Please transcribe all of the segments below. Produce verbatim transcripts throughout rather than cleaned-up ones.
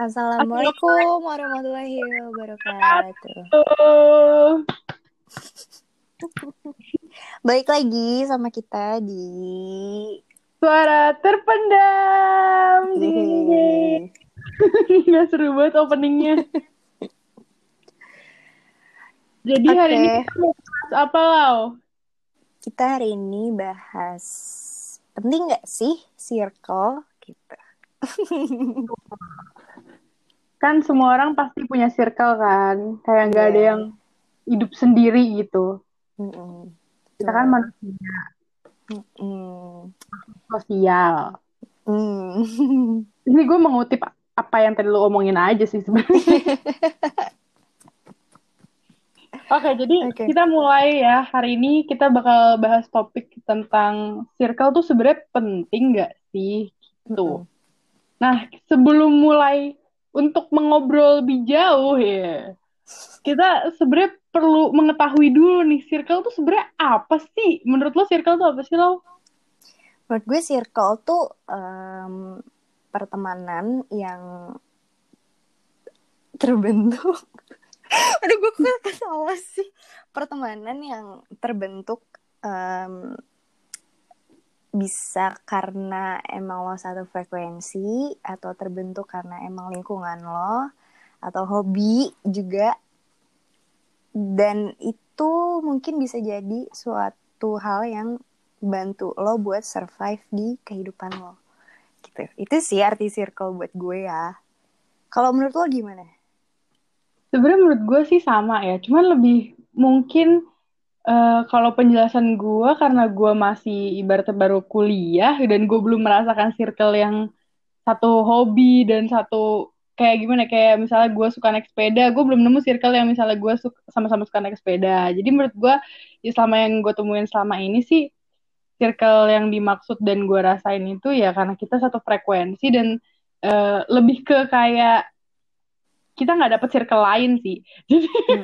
Assalamualaikum warahmatullahi wabarakatuh. Assalamualaikum. Balik lagi sama kita di Suara terpendam. Ding ding ding ding. Yeay. Nggak seru banget openingnya. Jadi hari ini Oke, kita mau bahas apa, Lau? kita hari ini bahas penting nggak sih circle gitu. Kan semua orang pasti punya circle kan. Kayak nggak ada yang Iya, hidup sendiri gitu. mm-mm. Kita kan Betul. manusia Mm-mm. sosial. Mm. Ini gue mengutip apa yang tadi lu omongin aja sih sebenarnya. Oke, jadi Oke. kita mulai ya. Hari ini kita bakal bahas topik tentang circle tuh sebenarnya penting nggak sih? Gitu. Mm-mm. Nah, sebelum mulai untuk mengobrol lebih jauh ya, kita sebenarnya perlu mengetahui dulu nih, circle tuh sebenarnya apa sih? Menurut lo circle tuh apa sih, lo? Menurut gue circle tuh em, pertemanan yang terbentuk. Aduh, gue kok salah sih. Pertemanan yang terbentuk em, bisa karena emang lo satu frekuensi, atau terbentuk karena emang lingkungan lo, atau hobi juga. Dan itu mungkin bisa jadi suatu hal yang bantu lo buat survive di kehidupan lo. Gitu. Itu sih arti circle buat gue ya. Kalau menurut lo gimana? Sebenarnya menurut gue sih sama ya, cuman lebih mungkin eh, kalau penjelasan gue karena gue masih ibaratnya baru kuliah dan gue belum merasakan circle yang satu hobi dan satu kayak gimana kayak misalnya gue suka naik sepeda, gue belum nemu circle yang misalnya gue suka, sama-sama suka naik sepeda. Jadi menurut gue ya selama yang gue temuin selama ini sih circle yang dimaksud dan gue rasain itu ya karena kita satu frekuensi dan eh, lebih ke kayak kita nggak dapet circle lain sih. Jadi Hmm.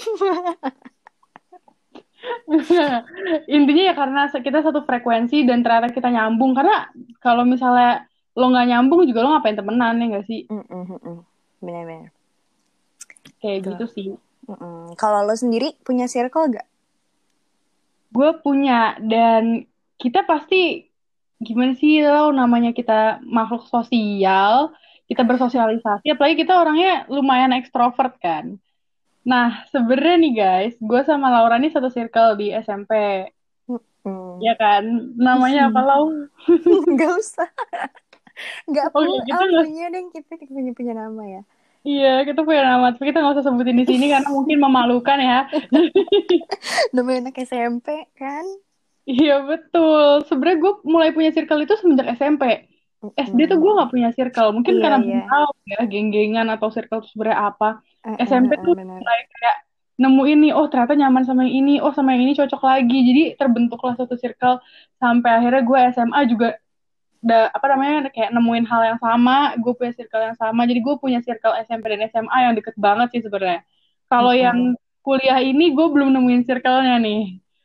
intinya ya karena kita satu frekuensi dan ternyata kita nyambung karena kalau misalnya lo nggak nyambung juga lo ngapain temenan ya nggak sih Benar-benar. kayak Tuh. gitu sih. Mm-mm. Kalau lo sendiri punya circle gak? Gue punya dan kita pasti gimana sih lo namanya kita makhluk sosial, kita bersosialisasi, apalagi kita orangnya lumayan ekstrovert kan. Nah sebenarnya nih guys, gue sama Laura nih satu circle di S M P, Hmm. ya kan? Namanya apa Lau? Gak usah. Gak Oke perlu gitu ah, nggak? punya deh, kita punya punya nama ya. Iya kita punya nama, tapi kita nggak usah sebutin di sini karena mungkin memalukan ya. Namanya anak S M P kan. Iya betul. Sebenarnya gue mulai punya circle itu semenjak S M P. S D tuh gue Hmm. nggak punya circle. Mungkin Iya, karena belum iya. tahu ya geng-gengan atau circle itu sebenarnya apa. Eh, eh, S M P eh, eh, tuh benar. mulai kayak nemuin nih, oh ternyata nyaman sama yang ini, oh sama yang ini cocok lagi. Jadi terbentuklah satu circle sampai akhirnya gue S M A juga da, apa namanya kayak nemuin hal yang sama. Gue punya circle yang sama. Jadi gue punya circle S M P dan S M A yang deket banget sih sebenarnya. Kalau Mm-mm. yang kuliah ini gue belum nemuin circle-nya nih.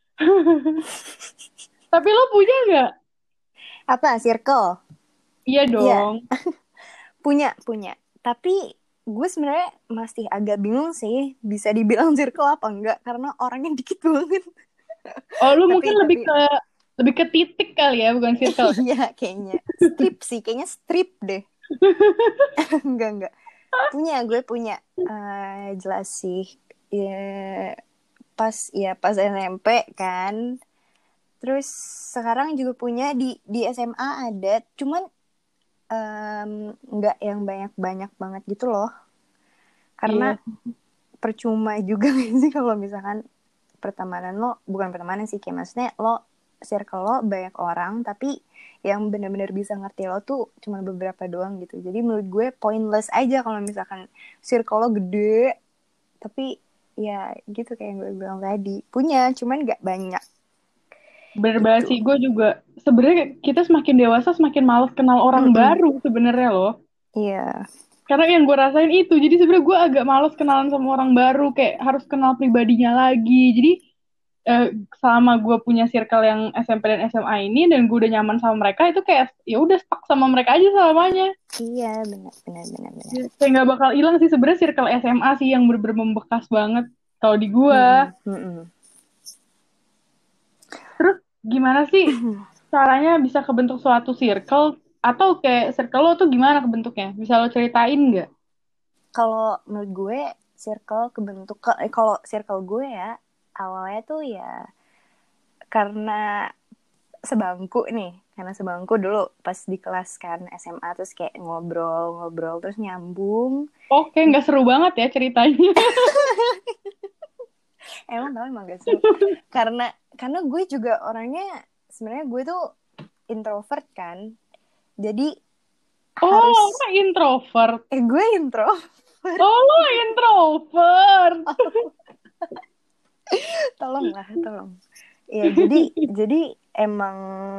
Tapi lo punya nggak? Apa circle? Iya Iya, dong. punya punya. Tapi gue sebenarnya masih agak bingung sih bisa dibilang circle apa enggak, karena orangnya dikit banget. Oh, lu tapi mungkin lebih tapi ke lebih ke titik kali ya, bukan circle. iya, kayaknya strip sih, kayaknya strip deh. Enggak, enggak. Punya, gue punya. Eh, jelas sih. Ya, pas ya pas S M P kan. Terus sekarang juga punya di di S M A ada, cuman em, nggak yang banyak-banyak banget gitu loh. Karena Iya. percuma juga gak sih kalau misalkan pertemanan lo, bukan pertemanan sih, kayak maksudnya lo circle lo banyak orang, tapi yang benar-benar bisa ngerti lo tuh cuma beberapa doang gitu. Jadi menurut gue pointless aja kalau misalkan circle lo gede, tapi ya gitu kayak yang gue bilang tadi, punya cuman gak banyak Bener banget gitu. sih, gue juga sebenarnya kita semakin dewasa semakin males kenal orang Mm-mm. baru sebenarnya loh. Iya. Karena yang gue rasain itu, jadi sebenarnya gue agak males kenalan sama orang baru, kayak harus kenal pribadinya lagi. Jadi eh, selama gue punya circle yang S M P dan S M A ini dan gue udah nyaman sama mereka itu kayak ya udah stuck sama mereka aja selamanya. Iya, benar benar benar benar. Ya, kayak nggak bakal hilang sih sebenarnya circle S M A sih yang bener-bener membekas banget kalau di gue. Mm-mm, mm-mm. Terus gimana sih caranya bisa kebentuk suatu circle atau kayak circle lo tuh gimana kebentuknya? Bisa lo ceritain nggak? Kalau menurut gue circle kebentuk ke- eh, kalau circle gue ya awalnya tuh ya karena sebangku nih, karena sebangku dulu pas di kelas kan S M A terus kayak ngobrol-ngobrol terus nyambung. Oke, nggak seru banget ya ceritanya. Emang tau emang gak seru. Karena karena gue juga orangnya sebenarnya gue tuh introvert kan. Jadi Oh, lo harus introvert. eh gue introvert. Oh, lo introvert. Tolong lah, tolong. Ya jadi jadi emang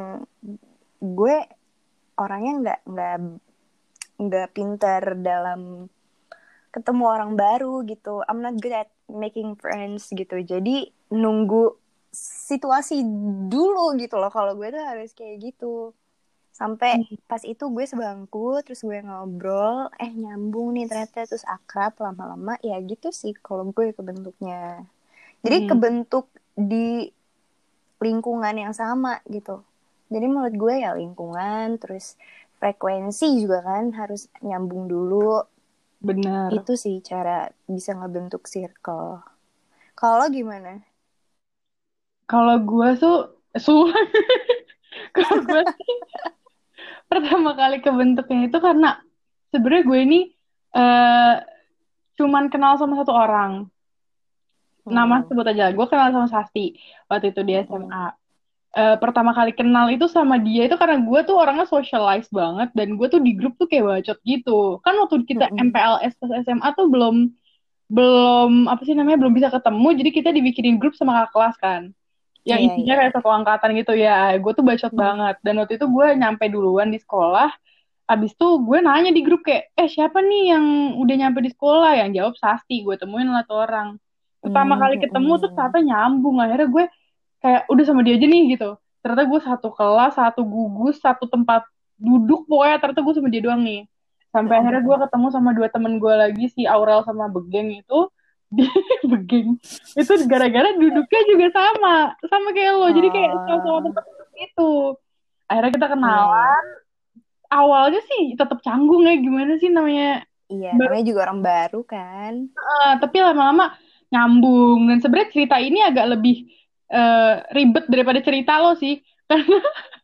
gue orangnya nggak nggak nggak pintar dalam ketemu orang baru gitu. I'm not good at making friends gitu. Jadi nunggu situasi dulu gitu loh. Kalau gue tuh harus kayak gitu. Sampai pas itu gue sebangku, terus gue ngobrol, eh nyambung nih ternyata, terus akrab lama-lama. Ya gitu sih kalau gue kebentuknya. Jadi Hmm. kebentuk di lingkungan yang sama gitu. Jadi menurut gue ya lingkungan, terus frekuensi juga kan harus nyambung dulu. Bener. Itu sih cara bisa ngebentuk circle. Kalau gimana? Kalau gue tuh, su, kalau gue sih pertama kali kebentuknya itu karena sebenarnya gue ini eh cuman kenal sama satu orang. Nama Hmm. sebut aja, gue kenal sama Sasti waktu itu di Hmm. S M A. Eh, pertama kali kenal itu sama dia itu karena gue tuh orangnya socialize banget dan gue tuh di grup tuh kayak bacot gitu. Kan waktu kita Hmm. M P L S pas S M A tuh belum belum apa sih namanya belum bisa ketemu jadi kita dibikinin grup sama kakak kelas kan yang Iya, isinya iya. kayak satu angkatan gitu ya gue tuh bacot Hmm. banget dan waktu itu gue nyampe duluan di sekolah abis itu gue nanya di grup kayak eh siapa nih yang udah nyampe di sekolah yang jawab Sasti gue temuin lah tuh orang pertama kali Hmm. ketemu tuh Hmm. ternyata nyambung akhirnya gue kayak udah sama dia aja nih gitu ternyata gue satu kelas satu gugus satu tempat duduk pokoknya ternyata gue sama dia doang nih sampai akhirnya gue Hmm. ketemu sama dua temen gue lagi si Aurel sama Begeng itu di Begeng itu gara-gara duduknya juga sama sama kayak lo jadi kayak sama-sama Oh, tempat duduk itu akhirnya kita iya, iya. kenalan awalnya sih tetap canggung ya gimana sih namanya Iya, baru namanya juga orang baru kan. eh, tapi lama-lama nyambung dan sebenarnya cerita ini agak lebih eh, ribet daripada cerita lo sih karena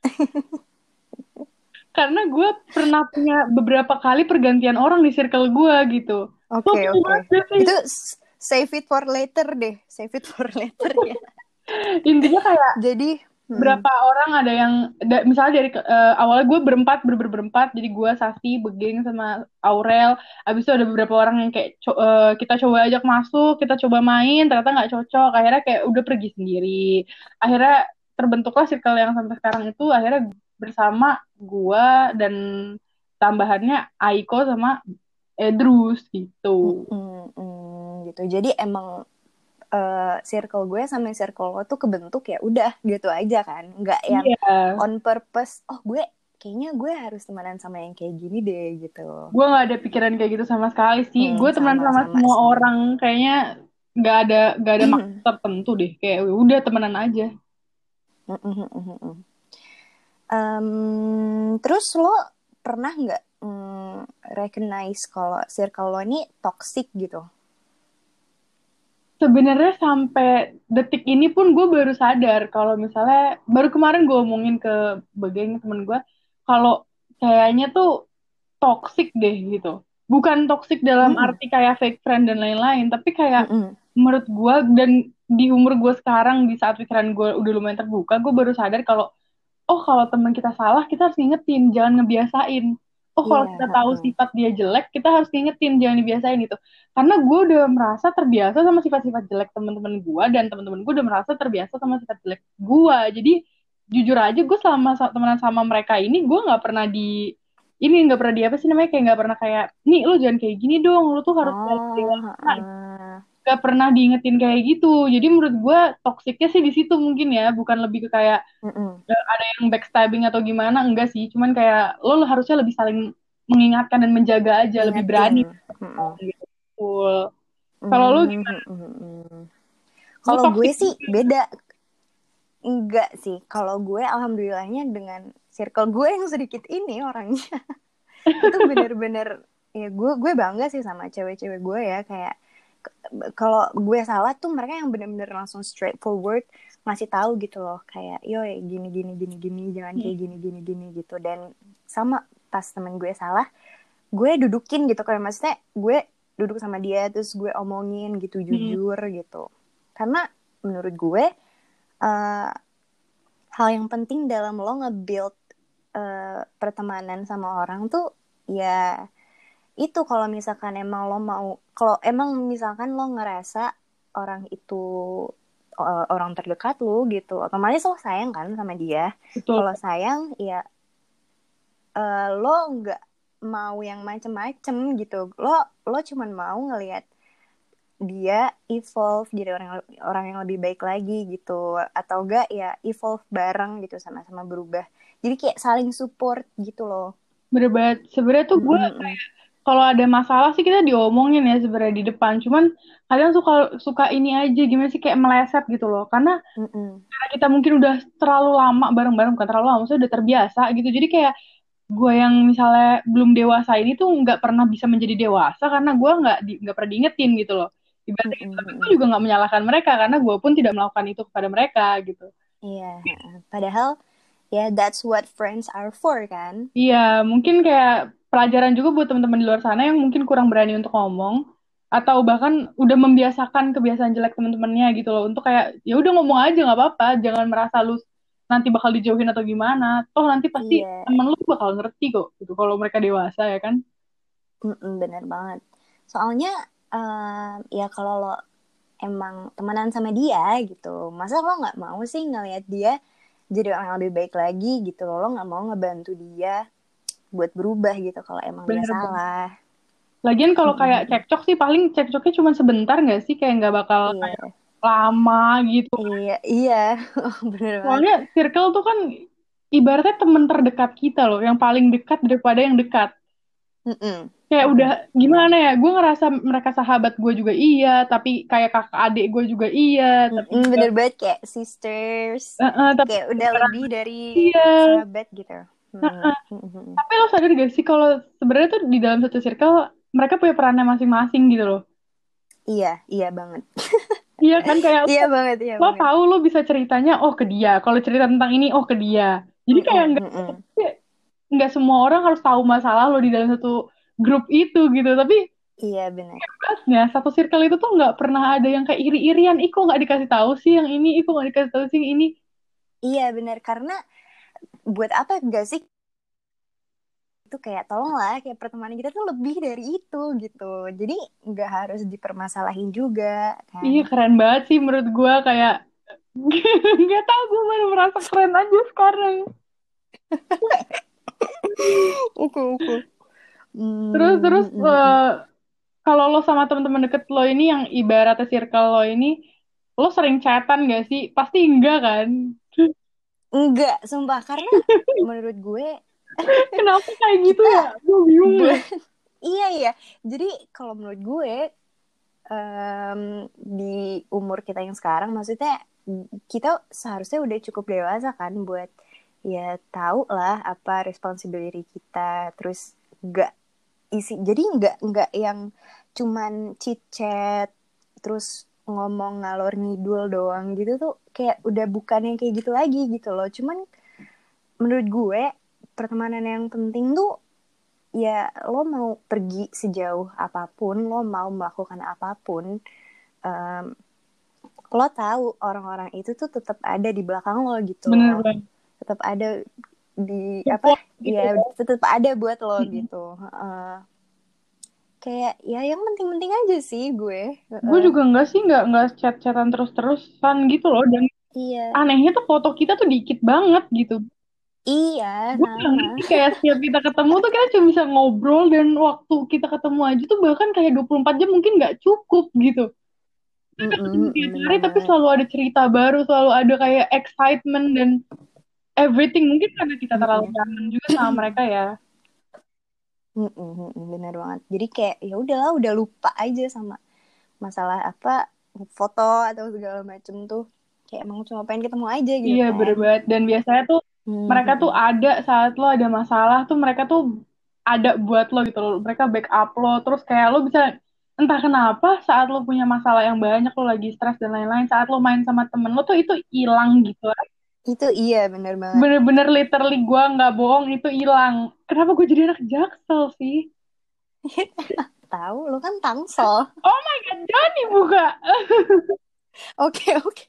karena gue pernah punya beberapa kali pergantian orang di circle gue gitu. Lo Oke, pernah oke. banget gak sih? Itu s- save it for later deh. Save it for later ya. Intinya kayak Jadi, hmm, berapa orang ada yang da- misalnya dari eh, awalnya gue berempat ber ber- berempat jadi gue Sasti Begeng sama Aurel abis itu ada beberapa orang yang kayak co- eh, kita coba ajak masuk kita coba main ternyata nggak cocok akhirnya kayak udah pergi sendiri akhirnya terbentuklah circle yang sampai sekarang itu akhirnya bersama gue dan tambahannya Aiko sama Edrus mm, gitu. mm, mm, gitu. Jadi emang eh, circle gue sama circle lo tuh kebentuk ya udah gitu aja kan. Nggak yang Iya, on purpose. Oh gue kayaknya gue harus temenan sama yang kayak gini deh gitu. gue nggak ada pikiran kayak gitu sama sekali sih. Gue Hmm, temenan sama sama sama semua sih. orang, kayaknya nggak ada nggak ada maksud tertentu deh. Kayak "Ya udah temenan aja." Em, terus lo pernah nggak mm, recognize kalau circle lo ini toxic gitu? Sebenarnya sampai detik ini pun gue baru sadar kalau misalnya baru kemarin gue omongin ke Begeng temen gue kalau kayaknya tuh toxic deh gitu. Bukan toxic dalam Mm-mm. arti kayak fake friend dan lain-lain, tapi kayak Mm-mm. menurut gue dan di umur gue sekarang di saat pikiran gue udah lumayan terbuka, gue baru sadar kalau oh kalau teman kita salah kita harus ngingetin jangan ngebiasain oh kalau Iya. kita tahu Heeh. sifat dia jelek kita harus ngingetin jangan dibiasain gitu karena gue udah merasa terbiasa sama sifat-sifat jelek teman-teman gue dan teman-teman gue udah merasa terbiasa sama sifat jelek gue jadi jujur aja gue selama sa- temenan sama mereka ini gue nggak pernah di ini nggak pernah di apa sih namanya kayak nggak pernah kayak nih lu jangan kayak gini dong lu tuh harus kayak Oh, dewasa heeh. gak pernah diingetin kayak gitu. Jadi menurut gue toksiknya sih di situ mungkin ya, bukan lebih ke kayak Mm-mm. eh, ada yang backstabbing atau gimana, enggak sih. Cuman kayak lo, lo harusnya lebih saling mengingatkan dan menjaga aja, lebih Ngingetin. berani Mm-mm. gitu. Betul. Kalau lo Mm, gimana? mm-mm. Lo Kalau gue toksik sih juga? beda. Enggak sih. Kalau gue alhamdulillahnya dengan circle gue yang sedikit ini orangnya. Itu bener-bener ya gue gue bangga sih sama cewek-cewek gue ya kayak kalau gue salah tuh mereka yang bener-bener langsung straightforward ngasih tahu gitu loh kayak yo gini gini gini gini jangan Hmm. kayak gini gini gini gitu dan sama pas temen gue salah gue dudukin gitu kayak maksudnya gue duduk sama dia terus gue omongin gitu Hmm. jujur gitu karena menurut gue uh, hal yang penting dalam lo nge-build uh, pertemanan sama orang tuh ya itu kalau misalkan emang lo mau kalau emang misalkan lo ngerasa orang itu uh, orang terdekat lo gitu otomatis lo sayang kan sama dia Betul. kalau sayang ya uh, lo nggak mau yang macem-macem gitu lo lo cuman mau ngelihat dia evolve jadi orang orang yang lebih baik lagi gitu atau enggak ya evolve bareng gitu sama-sama berubah jadi kayak saling support gitu loh. Bener banget. Sebenarnya tuh gue Mm-mm-mm. kalau ada masalah sih kita diomongin ya sebenarnya di depan. Cuman kadang suka suka ini aja gimana sih kayak meleset gitu loh. Karena Mm-mm. karena kita mungkin udah terlalu lama bareng-bareng, bukan terlalu lama, maksudnya udah terbiasa gitu. Jadi kayak gue yang misalnya belum dewasa ini tuh nggak pernah bisa menjadi dewasa karena gue nggak di, nggak pernah diingetin gitu loh. Ibaratnya gitu. Tapi gue Mm-mm-mm. juga nggak menyalahkan mereka karena gue pun tidak melakukan itu kepada mereka gitu. Iya, heeh. Padahal ya that's what friends are for kan. Iya, mungkin kayak pelajaran juga buat teman-teman di luar sana yang mungkin kurang berani untuk ngomong atau bahkan udah membiasakan kebiasaan jelek teman-temannya gitu loh untuk kayak ya udah ngomong aja nggak apa-apa, jangan merasa lu nanti bakal dijauhin atau gimana. Toh nanti pasti Iya, temen lu bakal ngerti kok gitu kalau mereka dewasa ya kan. mm-mm, bener banget. Soalnya em, ya kalau lo emang temenan sama dia gitu, masa lo nggak mau sih ngelihat dia jadi orang yang lebih baik lagi gitu loh. Lo nggak mau ngebantu dia buat berubah gitu kalau emang dia Bener banget. salah. Lagian kalau kayak Mm-mm-mm. cekcok sih paling cekcoknya cuma sebentar nggak sih kayak nggak bakal kayak Iya, lama gitu. iya, iya, bener banget. Soalnya circle tuh kan ibaratnya teman terdekat kita loh, yang paling dekat daripada yang dekat. Mm-mm. Kayak udah Mm-mm. Bener. gimana ya, gue ngerasa mereka sahabat gue juga iya, tapi kayak kakak adik gue juga iya, tapi Mm-mm, juga bener banget kayak sisters, eh, eh, tapi kayak udah sekarang lebih dari iya. sahabat gitu. Eh, Hmm. eh. Mm-mm. Tapi lo sadar gak sih kalau sebenarnya tuh di dalam satu circle mereka punya perannya masing-masing gitu loh. Iya, iya banget. Iya kan kayak Iya banget, iya lo banget. tahu lo bisa ceritanya oh ke dia, kalau cerita tentang ini oh ke dia. Jadi kayak Mm-mm, nggak mm-mm. nggak semua orang harus tahu masalah lo di dalam satu grup itu gitu. Tapi Iya benar. ya satu circle itu tuh nggak pernah ada yang kayak iri-irian. Ih kok nggak dikasih tahu sih yang ini, ih kok nggak dikasih tahu sih yang ini. Iya benar karena buat apa enggak sih itu kayak tolonglah kayak pertemanan kita tuh lebih dari itu gitu. Jadi nggak harus dipermasalahin juga kan. Iya keren banget sih menurut gue kayak nggak tahu gue baru merasa keren aja sekarang. Uku uku. Terus Hmm, terus mm, mm, mm. eh, kalau lo sama teman-teman deket lo ini yang ibaratnya circle lo ini, lo sering chatan gak sih? Pasti enggak kan? Enggak, sumpah karena menurut gue Kenapa kayak gitu kita ya? Gue bingung buat deh. iya iya. Jadi kalau menurut gue em, di umur kita yang sekarang, maksudnya kita seharusnya udah cukup dewasa kan buat ya tahu lah apa responsibility kita. Terus nggak isi, jadi nggak nggak yang cuman chit chat terus ngomong ngalor ngidul doang gitu tuh kayak udah bukan yang kayak gitu lagi gitu loh. Cuman menurut gue pertemanan yang penting tuh ya lo mau pergi sejauh apapun, lo mau melakukan apapun, um, lo tahu orang-orang itu tuh tetap ada di belakang lo gitu Bener loh. banget. Tetap ada di apa? Support gitu Ya ya. tetap ada buat lo Mm-mm. gitu. Uh, kayak ya yang penting-penting aja sih gue. Gue Uh, juga enggak sih, enggak enggak chat-chatan terus-terusan gitu loh. Dan iya, anehnya tuh foto kita tuh dikit banget gitu. iya Gue nggak sama. ngerti kayak setiap kita ketemu tuh kita cuma bisa ngobrol dan waktu kita ketemu aja tuh bahkan kayak dua puluh empat jam mungkin nggak cukup gitu. Mm-mm, Tiap bener hari tapi banget. selalu ada cerita baru, selalu ada kayak excitement dan everything. Mungkin karena kita terlalu Mm-mm. kangen juga sama mereka ya. Mm-mm, mm-mm, bener banget. Jadi kayak ya udahlah, udah lupa aja sama masalah apa foto atau segala macem tuh. Kayak emang cuma pengen ketemu aja gitu Iya kan. bener banget. Dan biasanya tuh mereka tuh Mm-mm. ada saat lo ada masalah tuh mereka tuh ada buat lo gitu loh. Mereka backup lo. Terus kayak lo bisa entah kenapa saat lo punya masalah yang banyak lo lagi stres dan lain-lain. Saat lo main sama temen lo tuh itu hilang gitu. Itu iya bener banget. Bener-bener literally gue nggak bohong itu hilang. Kenapa gue jadi anak Jaksel sih? Tahu lu kan Tangsel. Oh my god, Johnny buka. Oke, oke.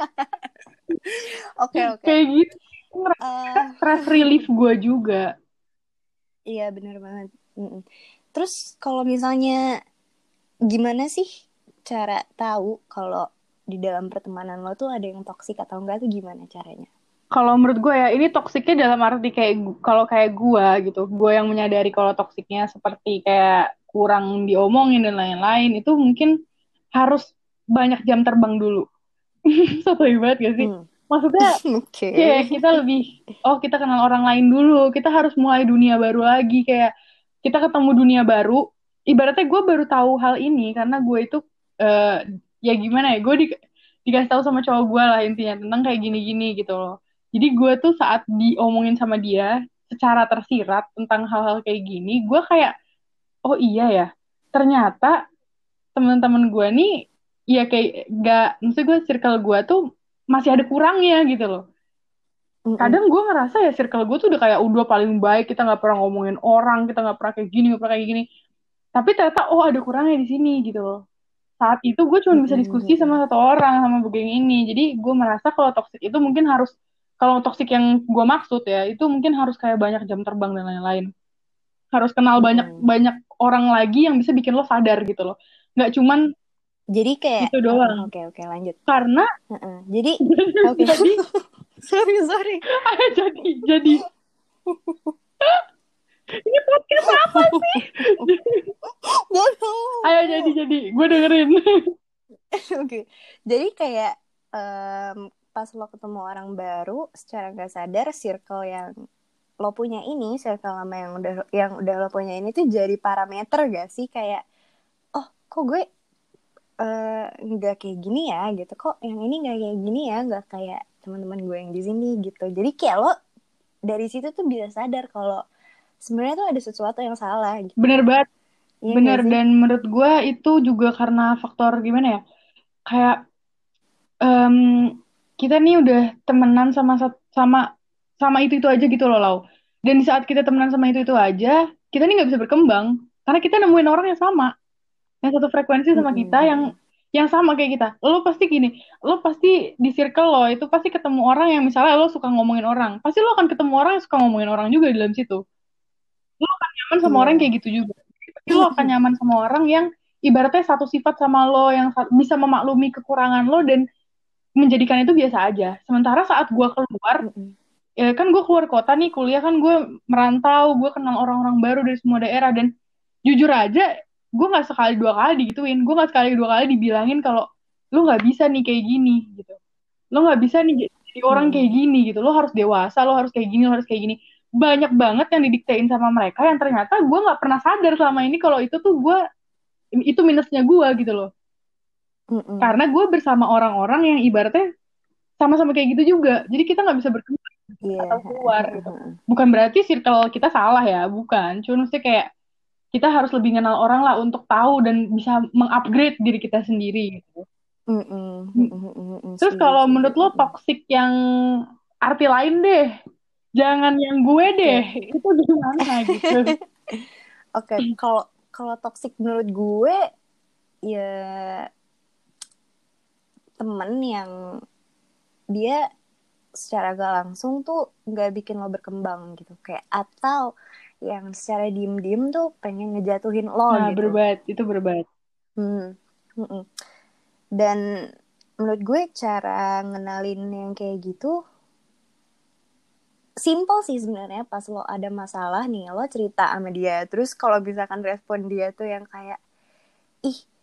Oke, oke. Kayak gitu. Eh, Stress relief gue juga. iya bener banget. Mm-mm. Terus kalau misalnya gimana sih cara tahu kalau di dalam pertemanan lo tuh ada yang toksik atau enggak tuh gimana caranya? Kalau menurut gue ya ini toksiknya dalam arti kayak gu- kalau kayak gue gitu, gue yang menyadari kalau toksiknya seperti kayak kurang diomongin dan lain-lain itu mungkin harus banyak jam terbang dulu. Satu banget gak sih? Hmm. Maksudnya kayak Oke. kita lebih, oh kita kenal orang lain dulu, kita harus mulai dunia baru lagi, kayak kita ketemu dunia baru, ibaratnya gue baru tahu hal ini karena gue itu, eh, ya gimana ya, gue di, dikasih tahu sama cowok gue lah intinya tentang kayak gini-gini gitu loh. Jadi gue tuh saat diomongin sama dia, secara tersirat tentang hal-hal kayak gini, gue kayak, oh iya ya, ternyata teman-teman gue nih, ya kayak gak, maksud gue circle gue tuh masih ada kurangnya gitu loh. Mm-mm. Kadang gue ngerasa ya circle gue tuh udah kayak udah paling baik, kita nggak pernah ngomongin orang, kita nggak pernah kayak gini, nggak pernah kayak gini, tapi ternyata oh ada kurangnya di sini gitu loh. Saat itu gue cuma bisa Mm-mm. diskusi sama Mm-mm. satu orang sama begini ini, jadi gue merasa kalau toxic itu mungkin harus, kalau toxic yang gue maksud ya itu mungkin harus kayak banyak jam terbang dan lain-lain, harus kenal banyak Mm-mm. banyak orang lagi yang bisa bikin lo sadar gitu loh, nggak cuman Jadi kayak, itu uh-uh, doang. oke oke lanjut. Karena Uh-uh. Jadi, oke. jadi Sorry sorry. jadi jadi ini podcast apa sih? Ayo jadi jadi gue dengerin. Oke. Jadi kayak em, pas lo ketemu orang baru, secara nggak sadar circle yang lo punya ini, circle lama yang udah yang udah lo punya ini tuh jadi parameter gak sih kayak, oh kok gue eh, nggak kayak gini ya gitu, kok yang ini nggak kayak gini ya, nggak kayak teman-teman gue yang di sini gitu. Jadi kayak lo dari situ tuh bisa sadar kalau sebenarnya tuh ada sesuatu yang salah gitu. Bener banget, Iya bener. gak sih? Dan menurut gue itu juga karena faktor gimana ya, kayak em, kita nih udah temenan sama sat- sama sama itu itu aja gitu loh Lau. Dan di saat kita temenan sama itu itu aja, kita nih nggak bisa berkembang karena kita nemuin orang yang sama, yang satu frekuensi sama kita, Mm-mm, yang mm-mm. yang sama kayak kita. Lo pasti gini, lo pasti di circle lo itu pasti ketemu orang yang misalnya lo suka ngomongin orang, pasti lo akan ketemu orang yang suka ngomongin orang juga di dalam situ. Lo akan nyaman sama orang yang Iya. kayak gitu juga. Tapi lo akan nyaman sama orang yang ibaratnya satu sifat sama lo, yang sa- bisa memaklumi kekurangan lo dan menjadikan itu biasa aja. Sementara saat gue keluar, Mm-mm. ya kan gue keluar kota nih kuliah, kan gue merantau, gue kenal orang-orang baru dari semua daerah, dan jujur aja gue nggak sekali dua kali digituin, gue nggak sekali dua kali dibilangin kalau lo nggak bisa nih kayak gini gitu, lo nggak bisa nih jadi orang kayak Mm. gini gitu, lo harus dewasa, lo harus kayak gini, lo harus kayak gini. Banyak banget yang didiktein sama mereka yang ternyata gue nggak pernah sadar selama ini kalau itu tuh gue, itu minusnya gue gitu loh, Mm-mm. karena gue bersama orang-orang yang ibaratnya sama-sama kayak gitu juga, jadi kita nggak bisa berkembang atau Iya. keluar gitu. Bukan berarti circle kita salah ya, bukan, cuma mesti kayak kita harus lebih kenal orang lah untuk tahu dan bisa mengupgrade diri kita sendiri gitu. Mm-mm. Mm-mm. Mm-mm. Terus Setuju, kalau setuju. menurut lo Mm-mm. toxic yang arti lain deh, jangan yang gue deh, Oke. itu gimana gitu. Oke, kalau kalau toxic menurut gue ya temen yang dia secara gak langsung tuh nggak bikin lo berkembang gitu, kayak atau yang secara diem-diem tuh pengen ngejatuhin lo Nah, gitu. berbat, itu berbat. Hmm. Mm-mm. Dan menurut gue cara ngenalin yang kayak gitu simple sih sebenarnya. Pas lo ada masalah nih, lo cerita sama dia, terus kalau misalkan respon dia tuh yang kayak, ih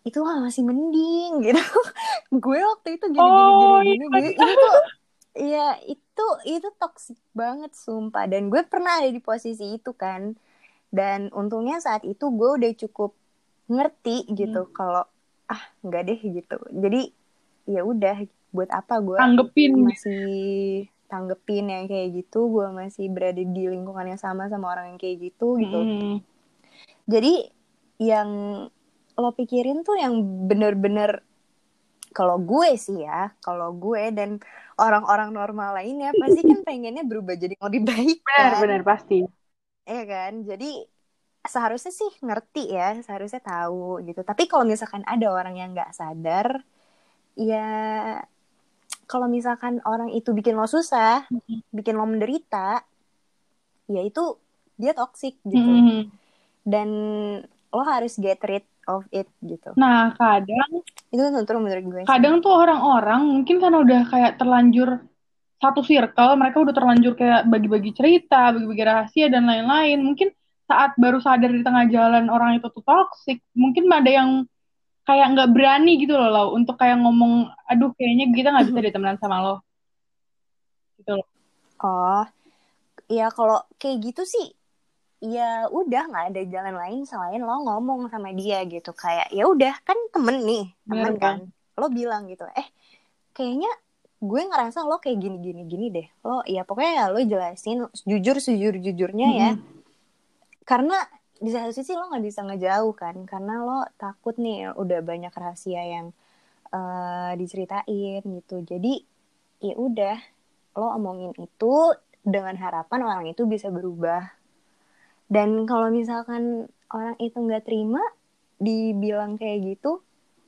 itu mah masih mending gitu. Gue waktu itu gini gini gini Oh gini iya. gitu. Itu tuh ya itu itu toxic banget sumpah, dan gue pernah ada di posisi itu kan. Dan untungnya saat itu gue udah cukup ngerti Hmm. gitu kalau ah nggak deh gitu. Jadi ya udah, buat apa gue Tanggepin gitu. masih tanggepin yang kayak gitu, gue masih berada di lingkungan yang sama sama orang yang kayak gitu gitu. Hmm. Jadi yang lo pikirin tuh yang bener-bener, kalau gue sih ya, kalau gue dan orang-orang normal lainnya pasti kan pengennya berubah jadi yang lebih baik kan, Benar-benar pasti. ya kan. Jadi seharusnya sih ngerti ya, seharusnya tahu gitu. Tapi kalau misalkan ada orang yang nggak sadar, ya kalau misalkan orang itu bikin lo susah, bikin lo menderita, ya itu dia toxic gitu. Hmm. Dan lo harus get rid of it gitu. Nah, kadang Itu tentu menurut gue sih. kadang tuh orang-orang mungkin karena udah kayak terlanjur satu circle, mereka udah terlanjur kayak bagi-bagi cerita, bagi-bagi rahasia dan lain-lain. Mungkin saat baru sadar di tengah jalan orang itu tuh toxic, mungkin ada yang kayak nggak berani gitu loh, Lau, untuk kayak ngomong, aduh kayaknya kita nggak bisa ditemenan sama lo, gitu loh. Oh, ya kalau kayak gitu sih, ya udah nggak ada jalan lain selain lo ngomong sama dia gitu. Kayak ya udah kan temen nih, temen Bener kan. kan? Lo bilang gitu, eh kayaknya gue ngerasa lo kayak gini gini gini deh. Lo ya pokoknya ya lo jelasin jujur sejujur jujurnya ya. Mm-mm. Karena di satu sisi lo nggak bisa ngejauh kan, karena lo takut nih udah banyak rahasia yang uh, diceritain gitu. Jadi ya udah, lo omongin itu dengan harapan orang itu bisa berubah. Dan kalau misalkan orang itu nggak terima dibilang kayak gitu,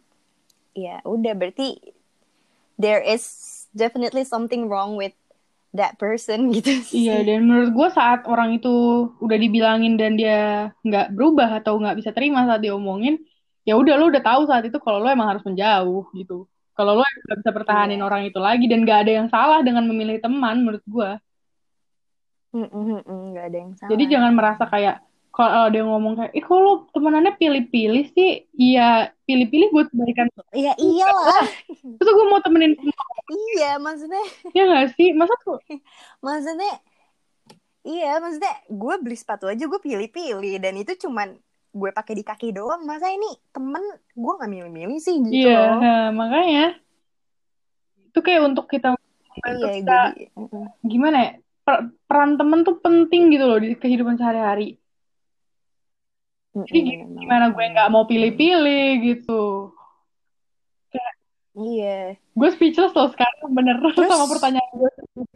ya udah berarti there is definitely something wrong with that person gitu Iya, sih. dan menurut gue saat orang itu udah dibilangin dan dia nggak berubah atau nggak bisa terima saat diomongin, ya udah lo udah tahu saat itu kalau lo emang harus menjauh gitu. Kalau lo emang nggak bisa pertahanin Iya. orang itu lagi dan nggak ada yang salah dengan memilih teman menurut gue. Nggak ada yang Jadi salah. jangan merasa kayak kalau dia ngomong kayak, ih kok lo temenannya pilih-pilih sih? Iya, pilih-pilih buat kebaikan Ya juga iyalah. lah. Terus gue mau temenin semua, Iya, maksudnya ya nggak sih? Masa tuh, maksudnya iya, maksudnya gue beli sepatu aja gue pilih-pilih, dan itu cuman gue pakai di kaki doang. Masa ini temen gue nggak milih-milih sih gitu iya, loh. nah, makanya itu kayak untuk kita membantu Iya, kita jadi mm-mm. gimana ya, per- peran temen tuh penting gitu loh di kehidupan sehari-hari. Jadi Mm-mm, gi- bener banget, gimana gue bener nggak banget. mau pilih-pilih gitu. Kayak Iya. gue speechless loh sekarang bener sama Terus pertanyaan gue.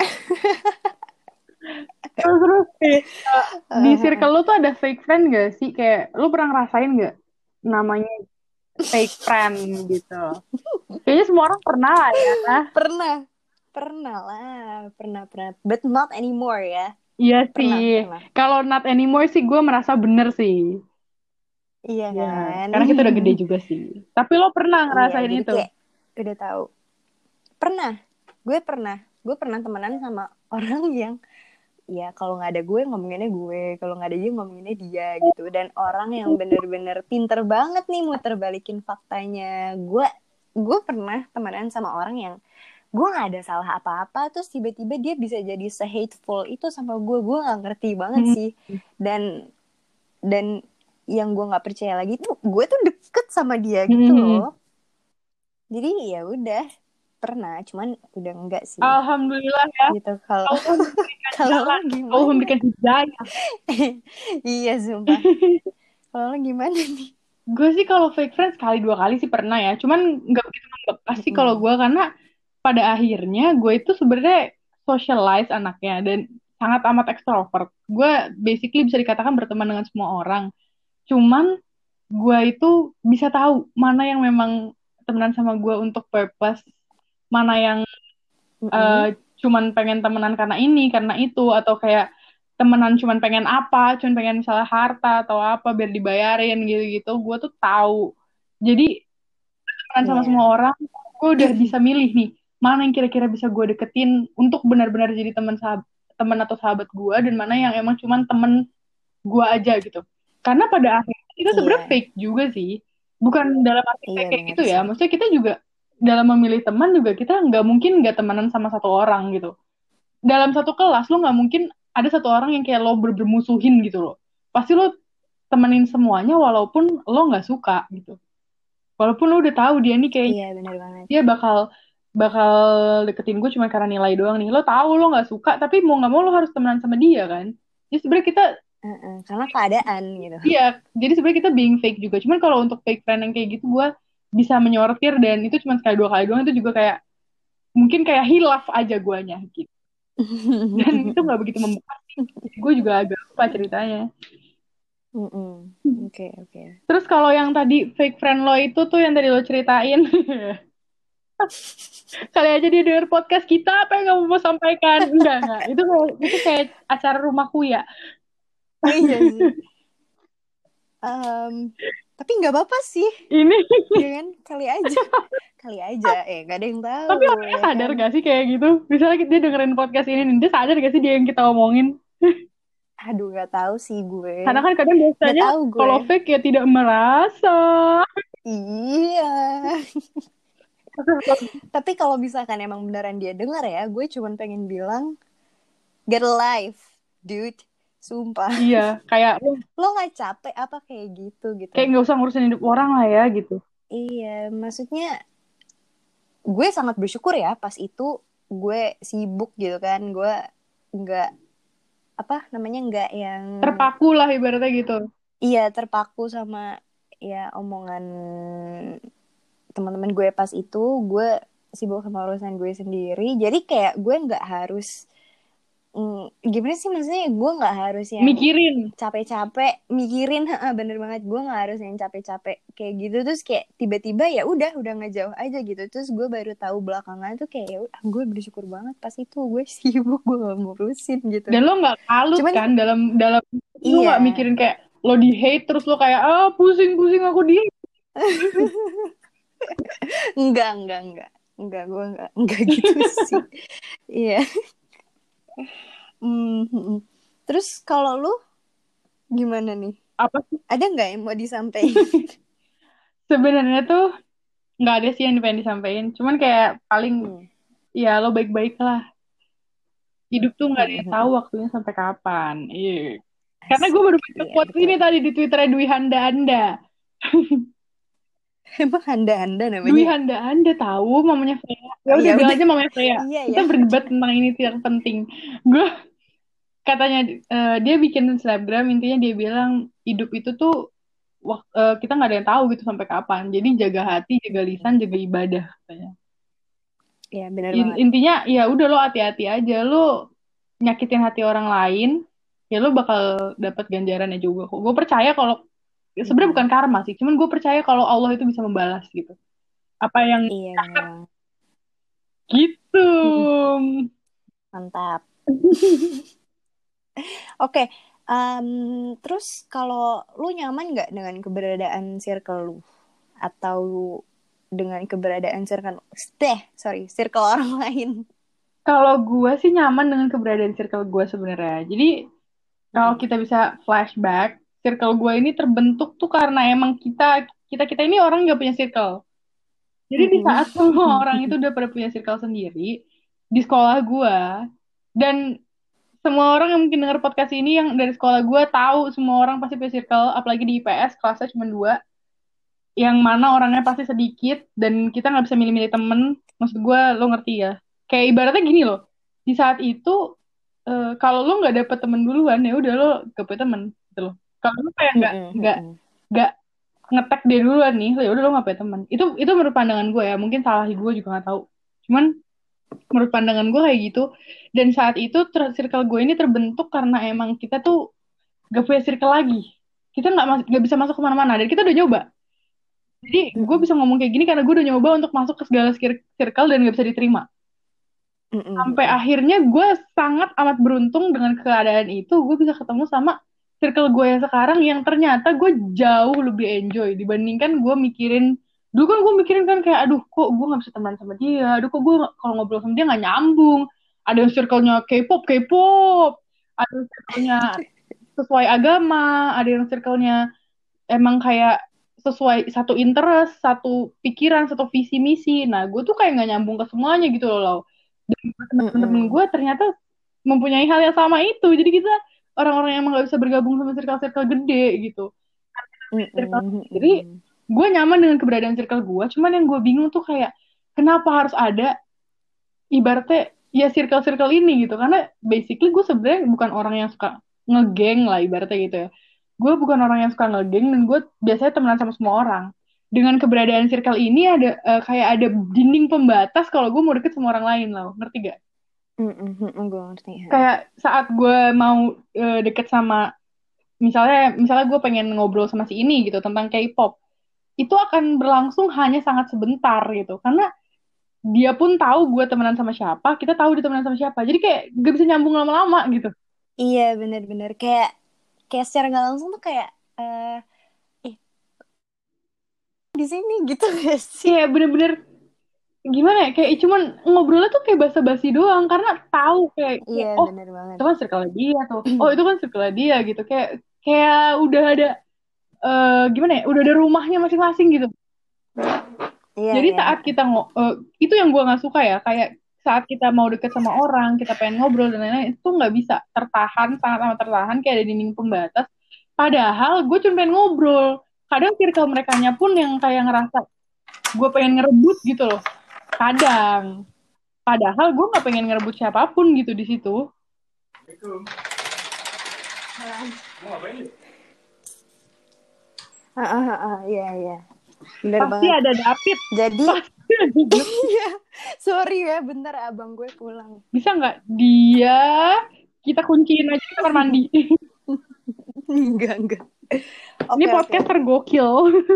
Terus terus kayak, eh, di uh, circle lu tuh ada fake friend gak sih? Kayak lu pernah ngerasain gak namanya fake friend gitu? Kayaknya semua orang pernah lah ya. pernah, pernah lah, pernah pernah, but not anymore ya. Iya sih. Pernah, pernah. Kalau not anymore sih gue merasa bener sih. Iya Ya, kan? karena kita udah gede juga sih. Tapi lo pernah Iya, ngerasain jadi itu? kayak udah tahu. Pernah, gue pernah, gue pernah temenan sama orang yang ya kalau nggak ada gue ngomonginnya gue, kalau nggak ada dia ngomonginnya dia gitu. Dan orang yang bener-bener pinter banget nih muter balikin faktanya. Gue gue pernah temenan sama orang yang gue nggak ada salah apa-apa, terus tiba-tiba dia bisa jadi se-hateful itu sama gue. Gue nggak ngerti banget Hmm. sih. Dan dan yang gue nggak percaya lagi tuh gue tuh deket sama dia gitu Hmm. loh. Jadi ya udah, pernah, cuman udah enggak sih Alhamdulillah ya. gitu. Kalau Allah memberikan kalau lo jalan. Allah gimana? memberikan hidayah. Iya sumpah. Kalau lo gimana nih? Gue sih kalau fake friend sekali dua kali sih pernah ya. Cuman nggak begitu membekas sih kalau Mm-mm. gue karena pada akhirnya gue itu sebenarnya socialize anaknya dan sangat amat ekstrovert. Gue basically bisa dikatakan berteman dengan semua orang. Cuman gue itu bisa tahu mana yang memang temenan sama gue untuk purpose, mana yang eh, Mm-mm. cuman pengen temenan karena ini, karena itu, atau kayak temenan cuman pengen apa, cuman pengen misalnya harta atau apa biar dibayarin gitu-gitu, gue tuh tahu. Jadi temenan sama semua Iya. orang, gue udah bisa milih nih, mana yang kira-kira bisa gue deketin untuk benar-benar jadi teman sahabat, teman atau sahabat gue, dan mana yang emang cuman temen gue aja gitu. Karena pada akhirnya kita sebenarnya Iya. fake juga sih. bukan dalam arti Iya kayak benar gitu ya, sih. maksudnya kita juga dalam memilih teman juga kita nggak mungkin nggak temenan sama satu orang gitu. Dalam satu kelas lo nggak mungkin ada satu orang yang kayak lo ber- bermusuhin gitu loh. Pasti lo temenin semuanya walaupun lo nggak suka gitu. Walaupun lo udah tahu dia nih kayaknya Iya benar banget. dia bakal bakal deketin gue cuma karena nilai doang nih. Lo tahu lo nggak suka tapi mau nggak mau lo harus temenan sama dia kan. Jadi sebenarnya kita Heeh, karena keadaan gitu. iya, jadi sebenarnya kita being fake juga. Cuman kalau untuk fake friend yang kayak gitu gue bisa menyortir dan itu cuma sekali dua kali doang itu juga kayak mungkin kayak hilaf aja guanya gitu. Dan itu nggak begitu membuka. Gue juga agak lupa ceritanya. Mm-mm. Oke, oke. Terus kalau yang tadi fake friend lo itu tuh yang tadi lo ceritain, kali aja dia denger podcast kita apa yang kamu mau sampaikan? Enggak, enggak. Itu kayak itu kayak acara rumahku ya. Iya sih. Em, tapi nggak apa-apa sih, Ini ya kan? Kali aja, kali aja. Eh, gak ada yang tapi tahu, orangnya ya sadar kan? gak sih kayak gitu? Misalnya dia dengerin podcast ini, dia sadar gak sih dia yang kita omongin? Aduh, nggak tahu sih gue. Karena kan kadang Nggak biasanya tahu gue. kalau fake ya tidak merasa. Iya. Tapi kalau misalkan emang beneran dia dengar ya, gue cuman pengen bilang, get a life, dude. Sumpah. Iya, kayak lo Lo nggak capek apa kayak gitu gitu? kayak nggak usah ngurusin hidup orang lah ya gitu. Iya, maksudnya gue sangat bersyukur ya pas itu gue sibuk gitu kan. Gue nggak apa namanya nggak yang Terpaku lah ibaratnya gitu. iya terpaku sama ya omongan teman-teman gue pas itu. Gue sibuk sama urusan gue sendiri, jadi kayak gue nggak harus mm, gimana sih, maksudnya gue nggak harus yang Mikirin. capek-capek mikirin. Ha, bener banget, gue nggak harus yang capek-capek kayak gitu. Terus kayak tiba-tiba ya udah udah ngejauh aja gitu. Terus gue baru tahu belakangan tuh kayak ya udah, gue bersyukur banget pas itu gue sibuk, gue gak ngurusin gitu. Dan lo nggak kalut Cuman kan dalam dalam lo iya. nggak mikirin kayak lo di hate terus lo kayak ah pusing pusing aku di enggak enggak enggak enggak gue enggak enggak gitu sih. Iya. Mm-mm. Terus kalau lu gimana nih, apa sih ada nggak yang mau disampaikan? sebenarnya tuh nggak ada sih yang pengen disampaikan cuman kayak paling Hmm. ya lo baik-baik lah hidup tuh nggak ada yang tahu Mm-mm. waktunya sampai kapan iya karena gue Asik, baru baca iya quotes betul. ini tadi di Twitternya Dwi Handa Anda Emang anda-anda Dwi namanya ya? Handa Anda tahu mamanya Freya ya Ah, udah ya bilang udah. aja mamanya Freya Iya kita ya. berdebat tentang ini tidak penting gue katanya eh, dia bikin selebgram intinya dia bilang hidup itu tuh wak- eh, kita nggak ada yang tahu gitu sampai kapan jadi jaga hati jaga lisan jaga ibadah katanya. Iya benar In- banget. intinya ya udah lo hati-hati aja lo nyakitin hati orang lain ya lo bakal dapat ganjarannya juga kok gue percaya kalau sebenarnya Mm-mm. bukan karma sih cuman gue percaya kalau Allah itu bisa membalas gitu apa yang Iya benar banget. gitu. Mm-mm. Mantap. Oke, em, terus kalau lu nyaman nggak dengan keberadaan circle lu? Atau dengan keberadaan circle, deh, sorry, circle orang lain? Kalau gue sih nyaman dengan keberadaan circle gue sebenarnya jadi kalau Mm-mm. kita bisa flashback circle gue ini terbentuk tuh karena emang kita kita kita ini orang nggak punya circle jadi di Mm-mm. saat semua orang itu udah pada punya circle sendiri di sekolah gue dan semua orang yang mungkin dengar podcast ini yang dari sekolah gue tahu semua orang pasti punya circle apalagi di I P S kelasnya cuma dua yang mana orangnya pasti sedikit dan kita nggak bisa milih-milih temen maksud gue lo ngerti ya kayak ibaratnya gini loh di saat itu eh, kalau lo nggak dapet temen duluan ya udah lo gak punya temen gitu loh kalau lo kayak nggak Mm-mm. nggak Mm-mm. nggak ngetek dia duluan nih ya udah lo nggak punya temen itu itu menurut pandangan gue ya mungkin salah gue juga nggak tahu cuman menurut pandangan gue kayak gitu dan saat itu ter- circle gue ini terbentuk karena emang kita tuh gak punya circle lagi kita nggak mas- nggak bisa masuk kemana-mana dan kita udah nyoba jadi gue Mm-mm. bisa ngomong kayak gini karena gue udah nyoba untuk masuk ke segala skir- circle dan gak bisa diterima Mm-mm. sampai Mm-mm. akhirnya gue sangat amat beruntung dengan keadaan itu gue bisa ketemu sama circle gue yang sekarang yang ternyata gue jauh lebih enjoy dibandingkan gue mikirin dulu kan gue mikirin kan kayak aduh kok gue nggak bisa teman sama dia aduh kok gue nggak- kalau ngobrol sama dia nggak nyambung ada yang circle-nya K-pop K-pop ada yang circle-nya sesuai agama ada yang circle-nya emang kayak sesuai satu interest, satu pikiran, satu visi misi. Nah, gue tuh kayak nggak nyambung ke semuanya gitu loh. Dan teman-teman Mm-mm. gue ternyata mempunyai hal yang sama itu. Jadi kita orang-orang yang emang nggak bisa bergabung sama circle-circle gede gitu. Circle Mm-mm. sendiri, Mm-mm. gue nyaman dengan keberadaan circle gue. Cuman yang gue bingung tuh kayak kenapa harus ada ibaratnya ya circle-circle ini gitu. Karena basically gue sebenarnya bukan orang yang suka ngegeng lah ibaratnya gitu ya. Gue bukan orang yang suka ngegeng dan gue biasanya temenan sama semua orang. Dengan keberadaan circle ini ada eh, kayak ada dinding pembatas kalau gue mau deket sama orang lain loh, ngerti gak? Mm-mm. Mm-mm. Gue ngerti ya. Kayak saat gue mau eh, deket sama misalnya misalnya gue pengen ngobrol sama si ini gitu tentang K-pop, itu akan berlangsung hanya sangat sebentar gitu karena dia pun tahu gue temenan sama siapa, kita tahu dia temenan sama siapa, jadi kayak gak bisa nyambung lama-lama gitu. Iya bener-bener kayak kayak secara nggak langsung tuh kayak eh eh di sini gitu gak sih? Kayak bener-bener gimana ya, kayak cuman ngobrolnya tuh kayak basa-basi doang karena tahu kayak, Iya kayak oh bener banget. itu kan circle dia tuh, oh itu kan circle dia gitu, kayak kayak udah ada eh, gimana ya, udah ada rumahnya masing-masing gitu. Iya Jadi iya. saat kita ngo eh, itu yang gue nggak suka ya, kayak saat kita mau deket sama orang, kita pengen ngobrol dan lain-lain, itu nggak bisa tertahan, sangat amat tertahan, kayak ada dinding pembatas. Padahal gue cuma pengen ngobrol. Kadang circle merekanya pun yang kayak ngerasa gue pengen ngerebut gitu loh. Kadang. Padahal gue nggak pengen ngerebut siapapun gitu di situ. Ah, ah, ah, ah, iya iya. Bener Pasti banget. ada David. Jadi Pasti ada David. iya, sorry ya, bentar abang gue pulang. Bisa nggak dia kita kunciin aja di kamar mandi. Enggak enggak. Ini Oke oke. podcast tergokil.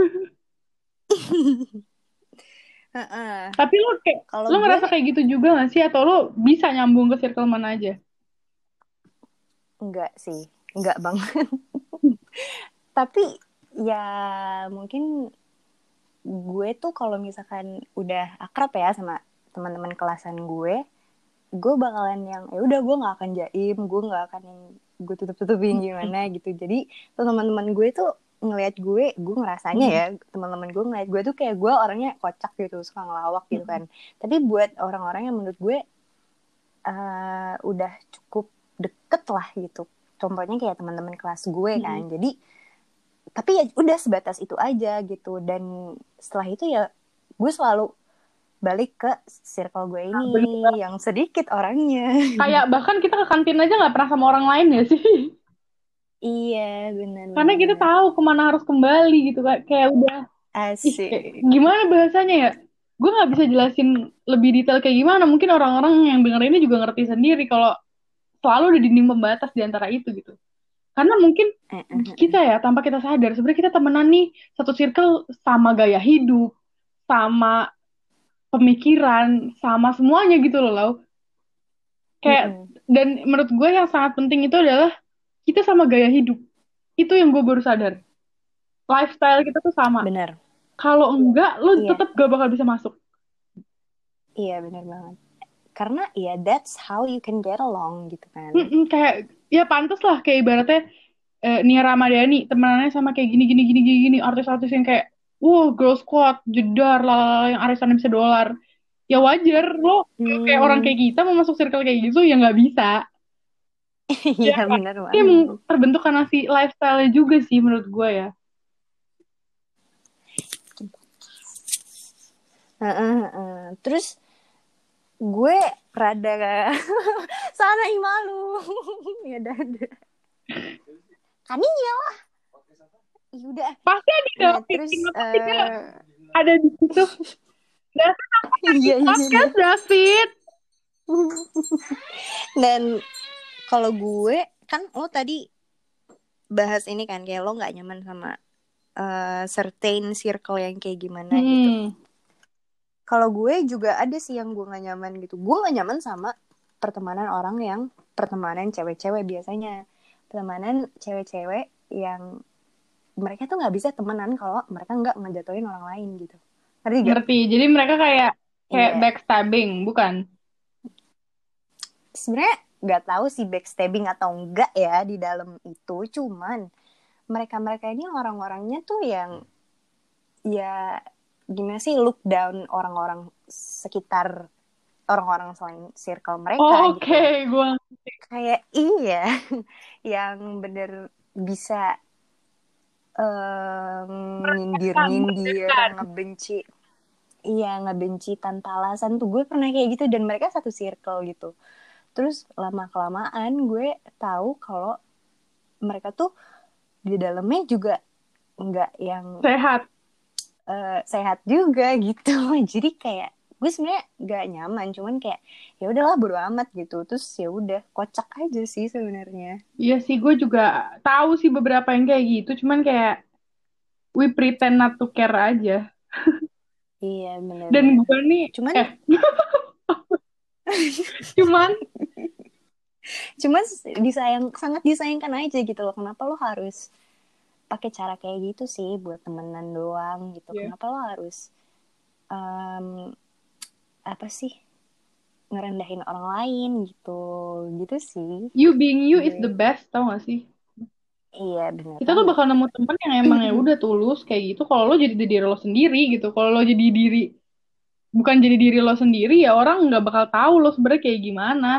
Heeh. Tapi lo kayak Kalau lo gue ngerasa kayak gitu juga gak sih, atau lo bisa nyambung ke circle mana aja? enggak sih, enggak bang. Tapi ya mungkin gue tuh kalau misalkan udah akrab ya sama teman-teman kelasan gue, gue bakalan yang ya udah gue nggak akan jaim, gue nggak akan yang gue tutup-tutupin gimana gitu. Jadi tuh teman-teman gue tuh ngelihat gue, gue ngerasanya ya teman-teman gue ngelihat gue tuh kayak gue orangnya kocak gitu, suka ngelawak gitu kan. Tapi buat orang-orang yang menurut gue uh, udah cukup deket lah gitu. Contohnya kayak teman-teman kelas gue kan. Jadi tapi ya udah sebatas itu aja gitu. Dan setelah itu ya gue selalu balik ke circle gue ini Bener. yang sedikit orangnya. Kayak bahkan kita ke kantin aja nggak pernah sama orang lain ya sih. Iya Karena kita benar-benar tahu kemana harus kembali gitu, kayak kayak udah ih kayak, asik. gimana bahasanya ya, gue nggak bisa jelasin lebih detail kayak gimana, mungkin orang-orang yang denger ini juga ngerti sendiri kalau selalu ada dinding pembatas di antara itu gitu. Karena mungkin Eh, eh, kita ya tanpa kita sadar sebenarnya kita temenan nih satu circle, sama gaya hidup, sama pemikiran, sama semuanya gitu loh Lau. eh. Kayak dan menurut gue yang sangat penting itu adalah kita sama gaya hidup. Itu yang gue baru sadar. Lifestyle kita tuh sama. Benar. Kalau enggak, lo Iya, tetap gak bakal bisa masuk. iya benar banget. Karena ya that's how you can get along gitu kan. Mm-mm, kayak ya pantas lah kayak ibaratnya eh, Nia Ramadhani temenannya sama kayak gini gini gini gini gini artis-artis yang kayak wow girl squad jedar lalala yang arisannya bisa dolar, ya wajar lo kayak orang Hmm, kayak kita mau masuk circle kayak gitu ya nggak bisa ya iya kan? benar Ini emang banget. terbentuk karena si lifestyle juga sih menurut gue ya. Heeh, heeh. Terus gue rada sana ih malu. Ya dadah. Kan iya lah. Ya udah. Pasti ada Nah, David, terus kenapa tidak eh ada di situ. David apa lagi iya iya iya. podcast David. Dan kalau gue kan lo tadi bahas ini kan kayak lo nggak nyaman sama uh, certain circle yang kayak gimana gitu. Hmm. Kalau gue juga ada sih yang gue nggak nyaman gitu. Gue nggak nyaman sama pertemanan orang yang pertemanan cewek-cewek biasanya. Pertemanan cewek-cewek yang mereka tuh nggak bisa temenan kalau mereka nggak ngejatuhin orang lain gitu. Ngerti gak? Ngerti. Jadi mereka kayak kayak Iya. backstabbing, bukan? Sebenarnya nggak tahu sih backstabbing atau enggak ya di dalam itu. Cuman mereka-mereka ini orang-orangnya tuh yang ya gimana sih, look down orang-orang sekitar, orang-orang selain circle mereka Oh, oke, gitu. okay. Gue Kayak iya, yang bener bisa um, nyindir-nyindir, ngebenci. Iya, ngebenci tanpa alasan tuh, gue pernah kayak gitu, dan mereka satu circle gitu. Terus lama-kelamaan gue tahu kalau mereka tuh di dalamnya juga nggak yang sehat. uh, sehat juga gitu. Jadi kayak gue sebenarnya nggak nyaman, cuman kayak ya udahlah bodo amat gitu. Terus ya udah kocak aja sih sebenarnya. Iya sih, gue juga tahu sih beberapa yang kayak gitu. Cuman kayak we pretend not to care aja. Iya Dan benar-benar. gue nih, Cuman eh, cuman, cuman disayang, sangat disayangkan aja gitu loh. Kenapa lo harus pakai cara kayak gitu sih buat temenan doang gitu? yeah. Kenapa lo harus um, apa sih, ngerendahin orang lain gitu, gitu sih You being you is the gue. best, tau gak sih? Iya benar Kita tuh banget. bakal nemu temen yang emang ya udah tulus kayak gitu. Kalau lo jadi diri lo sendiri gitu. Kalau lo jadi diri, bukan jadi diri lo sendiri, ya orang nggak bakal tahu lo sebenarnya kayak gimana.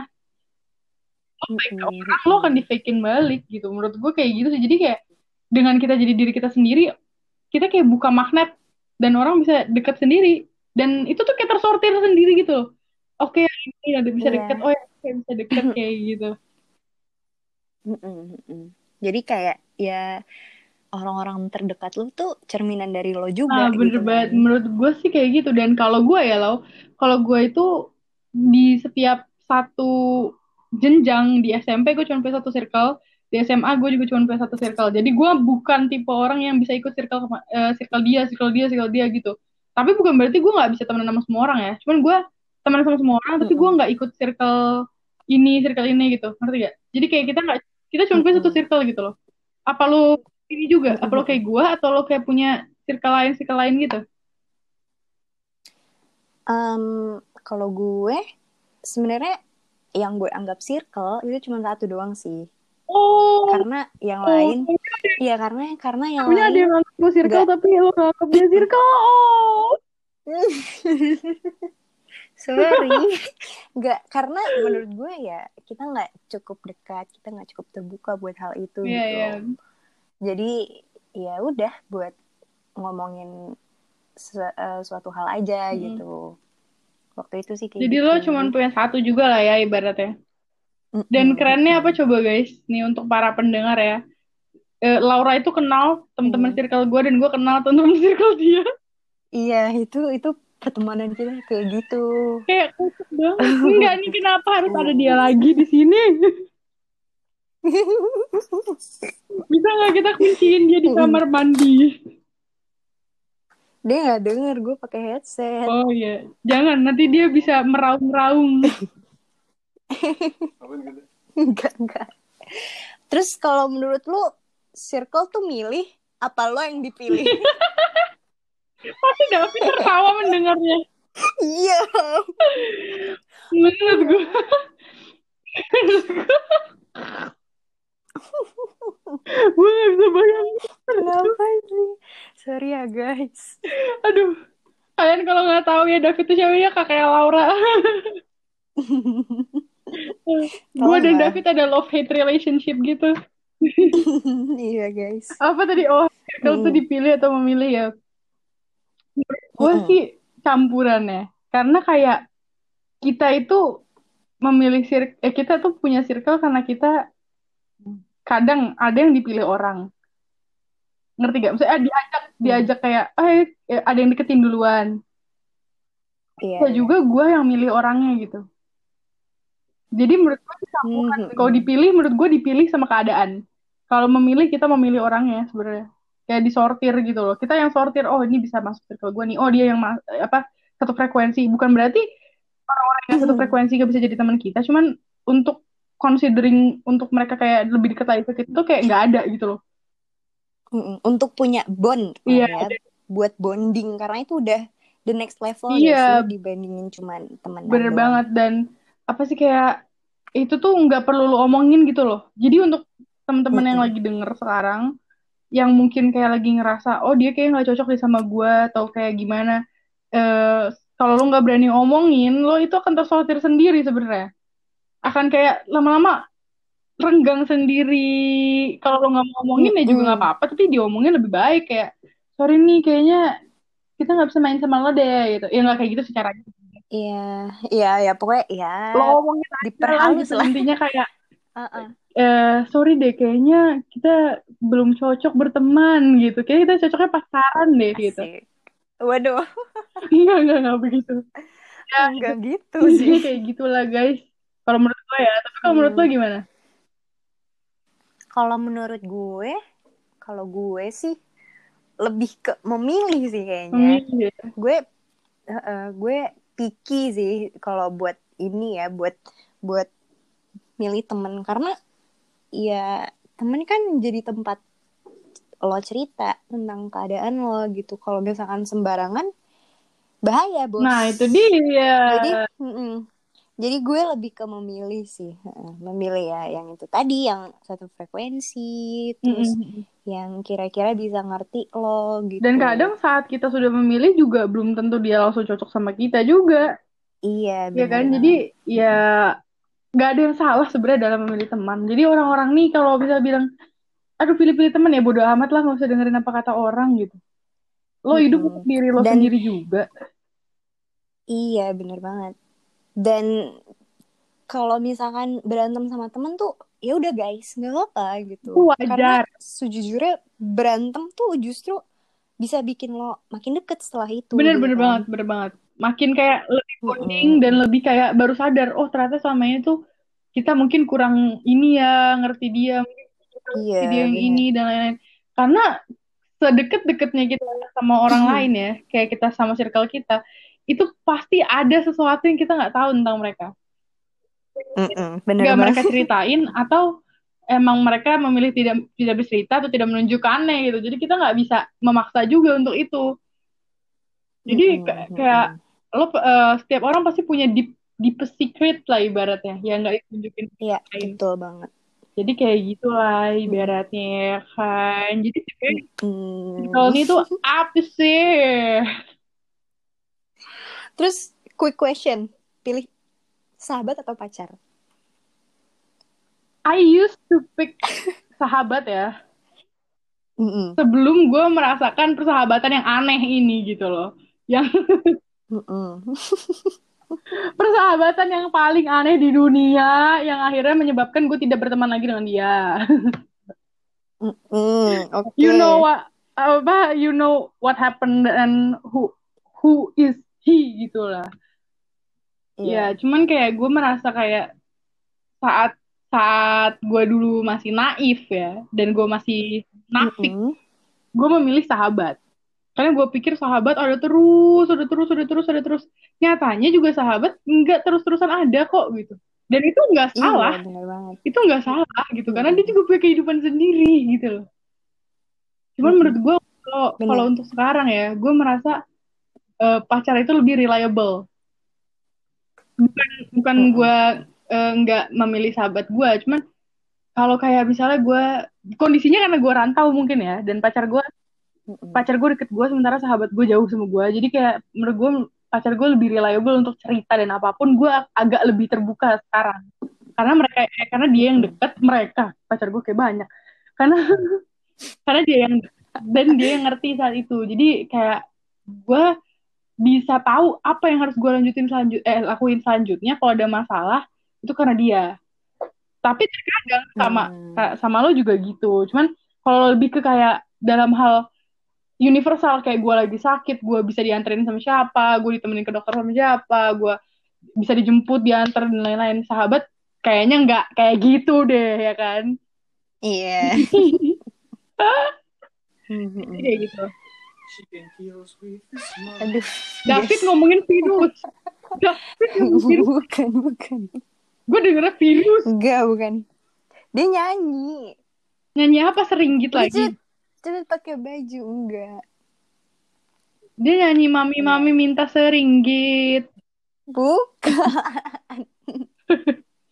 Orang lo akan di-fakein balik gitu. Menurut gue kayak gitu sih. Jadi kayak dengan kita jadi diri kita sendiri, kita kayak buka magnet dan orang bisa dekat sendiri. Dan itu tuh kayak tersortir sendiri gitu loh. Oke, yang ini ada bisa deket. Iya. Oh, yang ini bisa deket kayak gitu. Jadi kayak ya orang-orang terdekat lu tuh cerminan dari lo Ah, juga bener gitu banget. kan. Menurut gue sih kayak gitu. Dan kalau gue ya, lo, kalau gue itu di setiap satu jenjang di S M P gue cuma punya satu circle, di S M A gue juga cuma punya satu circle. Jadi gue bukan tipe orang yang bisa ikut circle kema- eh, circle dia, circle dia, circle dia gitu. Tapi bukan berarti gue nggak bisa temenan sama semua orang ya. Cuman gue temenan sama semua orang, tapi gue Mm-mm. nggak ikut circle ini, circle ini gitu. Ngerti gak? Jadi kayak kita nggak, kita cuma punya satu Mm-mm. circle gitu loh. Apa lo ini juga? Apa lo kayak Mm-mm. gue atau lo kayak punya circle lain, circle lain gitu? Um, kalau gue sebenarnya yang gue anggap circle itu cuma satu doang sih. Oh, Karena yang oh, lain, ya karena karena yang tahunya ada lain yang anggap lo circle nggak. tapi lo nggak anggap dia circle. Oh. Sorry, nggak, karena menurut gue ya kita nggak cukup dekat, kita nggak cukup terbuka buat hal itu Iya, gitu iya. loh. Jadi ya udah buat ngomongin su- eh, suatu hal aja Mm-mm. gitu. Waktu itu sih kayak Jadi lo gitu. cuma punya satu juga lah ya ibaratnya. Dan Mm-mm, kerennya apa mm-mm. coba guys? Nih untuk para pendengar ya. Eh, Laura itu kenal teman-teman Mm. circle gue dan gue kenal teman-teman circle dia. Iya, itu itu pertemanan kita kayak gitu. Kayak kocak banget. Enggak nih kenapa harus ada dia lagi di sini? Bisa nggak kita kunciin dia di kamar mandi? Dia nggak denger gue pakai headset. Oh iya, jangan nanti dia bisa meraung-raung. Enggak, enggak. Terus kalau menurut lu circle tuh milih apa lo yang dipilih? Pasti David tertawa mendengarnya. Iya. Menurut gue, gue gak bisa bayangin. Kenapa sih? Sorry ya guys. Aduh, kalian kalau nggak tahu ya David itu siapa ya kakak Laura. Gue Tolong dan lah. David ada love hate relationship gitu. Iya guys. Apa tadi? Oh, circle tuh Mm-mm. dipilih atau memilih ya? Gue Mm-mm. sih campuran ya. Karena kayak kita itu memilih circle, eh kita tuh punya circle karena kita kadang ada yang dipilih orang. Ngerti gak? Maksudnya ah, diajak, Mm. diajak kayak, eh eh, ada yang deketin duluan. Iya, Ya iya. juga gue yang milih orangnya gitu. Jadi menurut gue sih campuran sih. Kalau Mm-mm. dipilih, menurut gue dipilih sama keadaan. Kalau memilih, kita memilih orangnya sebenarnya. Kayak disortir gitu loh. Kita yang sortir, oh ini bisa masuk circle gue nih. Oh dia yang ma- eh, apa satu frekuensi. Bukan berarti orang-orang yang satu frekuensi gak bisa jadi teman kita. Cuman untuk considering untuk mereka kayak lebih dekat lagi ke kita tuh kayak nggak ada gitu loh. Mm-mm. Untuk punya bond lah Iya, ya, buat bonding, karena itu udah the next level gak sih iya, dibandingin cuman temenan bener doang. banget. Dan apa sih kayak itu tuh nggak perlu lu omongin gitu loh. Jadi untuk teman-teman yang Mm-mm. lagi denger sekarang, yang mungkin kayak lagi ngerasa oh dia kayak nggak cocok deh sama gue atau kayak gimana, eh kalau lo nggak berani ngomongin lo itu akan tersortir sendiri sebenarnya, akan kayak lama-lama renggang sendiri. Kalau lo nggak mau ngomongin ya juga nggak Mm-mm. apa-apa, tapi diomongin lebih baik kayak sorry nih kayaknya kita nggak bisa main sama lo deh gitu ya, nggak kayak gitu secara Iya, iya, ya pokoknya ya lo omongin aja lah diperhalus gitu, lah. intinya kayak Uh-uh. eh sorry deh kayaknya kita belum cocok berteman gitu, kayak kita cocoknya pacaran deh gitu. Asik. Waduh, Enggak, enggak, enggak begitu. Ya, enggak gitu sih. intinya kayak gitulah, guys. Kalau menurut gue ya. Tapi kalau menurut lo Hmm. gimana? Kalau menurut gue, kalau gue sih lebih ke memilih sih kayaknya. Memilih ya. Gue, uh, gue picky sih kalau buat ini ya, buat buat milih temen karena ya temen kan jadi tempat lo cerita tentang keadaan lo gitu. Kalau misalkan sembarangan bahaya bos. Nah, itu dia. Jadi, mm-mm. Jadi gue lebih ke memilih sih, Heeh, memilih ya yang itu tadi yang satu frekuensi, terus Mm-mm. yang kira-kira bisa ngerti lo Dan gitu. kadang saat kita sudah memilih juga belum tentu dia langsung cocok sama kita juga. Iya, Ya bener kan? Jadi banget. ya Mm-mm. nggak ada yang salah sebenarnya dalam memilih teman. Jadi orang-orang nih kalau bisa bilang, aduh pilih-pilih teman ya bodo amat lah, nggak usah dengerin apa kata orang gitu. Lo hidup untuk Mm-mm. diri lo Dan sendiri juga. iya, bener banget. Dan kalau misalkan berantem sama temen tuh, ya udah guys, nggak apa-apa gitu. Itu Karena wajar. sejujurnya berantem tuh justru bisa bikin lo makin deket setelah itu gitu Bener-bener kan. banget, bener banget. Makin kayak lebih bonding dan Mm-mm. lebih kayak baru sadar, oh ternyata selama ini tuh kita mungkin kurang ini ya, ngerti dia, mungkin kita Iya, ngerti dia yang ini bener. dan lain-lain. Karena sedekat-dekatnya kita sama orang lain ya, kayak kita sama circle kita, itu pasti ada sesuatu yang kita nggak tahu tentang mereka. Mm-mm, bener Nggak banget. mereka ceritain atau emang mereka memilih tidak tidak bercerita atau tidak menunjukkannya gitu. Jadi kita nggak bisa memaksa juga untuk itu. Jadi Mm-mm, k- kayak mm-mm. lo eh, setiap orang pasti punya deep deep secret lah ibaratnya yang nggak ditunjukin ke Iya, orang lain. betul banget. Jadi kayak gitulah Mm-mm. ibaratnya ya kan. Jadi sebenarnya circle Mm-mm. ini tuh apa sih? Terus, quick question. Pilih sahabat atau pacar? I used to pick sahabat ya Mm-mm. sebelum gue merasakan persahabatan yang aneh ini gitu loh. Yang Mm-mm. persahabatan yang paling aneh di dunia yang akhirnya menyebabkan gue tidak berteman lagi dengan dia. Mm-mm. You know Oke. what apa you know what happened and who who is he gitulah. Ya Iya. cuman kayak gue merasa kayak saat saat gue dulu masih naif ya dan gue masih nafik, Mm-mm. gue memilih sahabat karena gue pikir sahabat ada terus ada terus ada terus ada terus, nyatanya juga sahabat nggak terus-terusan ada kok gitu, dan itu nggak Iya, salah, bener banget. itu nggak salah gitu karena dia Mm-mm. juga punya kehidupan sendiri gitu loh. Cuman menurut Mm-mm. gue kalau kalau Bener. untuk sekarang ya gue merasa eh, pacar itu lebih reliable. Bukan bukan Mm-mm. gue eh, nggak memilih sahabat gue, cuman kalau kayak misalnya gue kondisinya karena gue rantau mungkin ya, dan pacar gue Mm-mm. pacar gue deket gue sementara sahabat gue jauh sama gue, jadi kayak menurut gue pacar gue lebih reliable untuk cerita dan apapun gue agak lebih terbuka sekarang karena mereka eh, karena dia yang Mm-mm. deket, mereka pacar gue kayak banyak karena karena dia yang dan dia yang ngerti saat itu, jadi kayak gue bisa tahu apa yang harus gue lanjutin selanjut eh lakuin selanjutnya kalau ada masalah, itu karena dia. Tapi terkadang sama Mm. sama lo juga gitu, cuman kalau lebih ke kayak dalam hal universal kayak gue lagi sakit gue bisa dianterin sama siapa, gue ditemenin ke dokter sama siapa, gue bisa dijemput diantar dan lain-lain, sahabat kayaknya nggak kayak gitu deh ya kan. Iya. Jadi Mm-mm. kayak gitu. Aduh, David guys. ngomongin virus, David ngomongin virus, Bukan, bukan. gue dengernya virus. Enggak, bukan. Dia nyanyi. Nyanyi apa, seringgit Udah lagi? cepet, cepet pakai baju. Enggak. Dia nyanyi mami mami Enggak. minta seringgit. Bukan.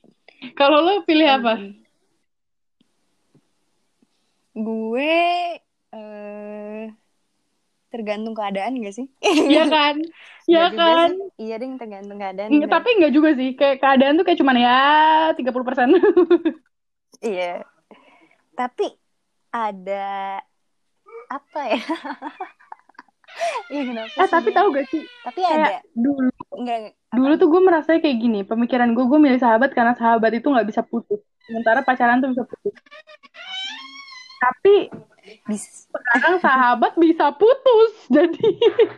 Kalau lo pilih apa? Mm-mm. Gue eh tergantung keadaan gak sih? Iya kan? Iya Nggak juga kan? sih. Iya deh, tergantung keadaan Nggak, bener. tapi nggak juga sih. Kayak keadaan tuh kayak cuman ya tiga puluh persen. Iya. Tapi ada apa ya? Iya kenapa Eh, sih tapi dia? tahu gak sih? Tapi Kayak ada dulu, nggak dulu apaan? tuh gue merasa kayak gini. Pemikiran gue, gue milih sahabat karena sahabat itu nggak bisa putus. Sementara pacaran tuh bisa putus. Tapi Bis. sekarang sahabat bisa putus. Jadi,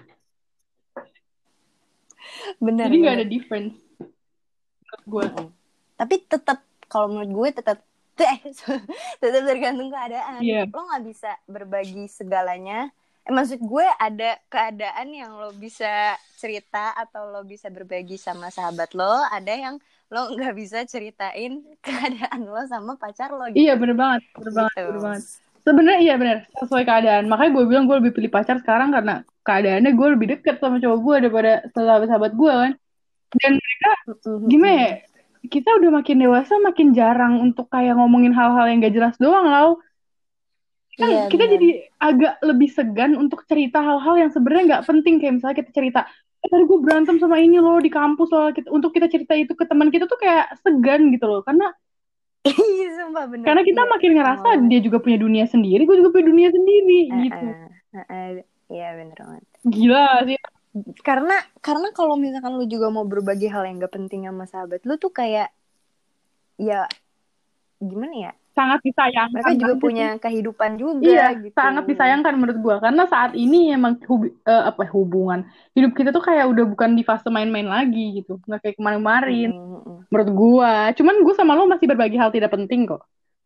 jadi nggak ada Benar-benar. difference menurut gue. Tapi tetap kalau menurut gue tetap eh, tetap tergantung keadaan. Iya. Lo nggak bisa berbagi segalanya. Eh, maksud gue ada keadaan yang lo bisa cerita atau lo bisa berbagi sama sahabat lo. Ada yang lo nggak bisa ceritain keadaan lo sama pacar lo Iya, gitu. bener banget, bener banget, Gitu. bener banget. Sebenarnya iya bener, sesuai keadaan. Makanya gue bilang gue lebih pilih pacar sekarang karena keadaannya gue lebih deket sama cowok gue daripada sahabat-sahabat gue kan. Dan mereka gimana ya? Kita udah makin dewasa, makin jarang untuk kayak ngomongin hal-hal yang gak jelas doang, lau. Kan Iya kita benar. jadi agak lebih segan untuk cerita hal-hal yang sebenarnya nggak penting. Kayak misalnya kita cerita, eh, tadi gue berantem sama ini loh di kampus loh. Kita, untuk kita cerita itu ke teman kita tuh kayak segan gitu loh. Karena Iya sumpah bener. karena kita Iya makin sama ngerasa banget. dia juga punya dunia sendiri, gue juga punya dunia sendiri gitu. Uh-uh. Uh-uh. Iya bener banget. Gila sih. Karena karena kalau misalkan lu juga mau berbagi hal yang gak penting sama sahabat lu tuh kayak ya gimana ya? Sangat Mereka disayangkan juga aja punya sih. kehidupan Iya, juga gitu. sangat disayangkan menurut gua karena saat ini emang hubi- eh, apa hubungan hidup kita tuh kayak udah bukan di fase main-main lagi gitu, nggak kayak kemarin-kemarin Mm-mm. menurut gua. Cuman gua sama lo masih berbagi hal tidak penting kok.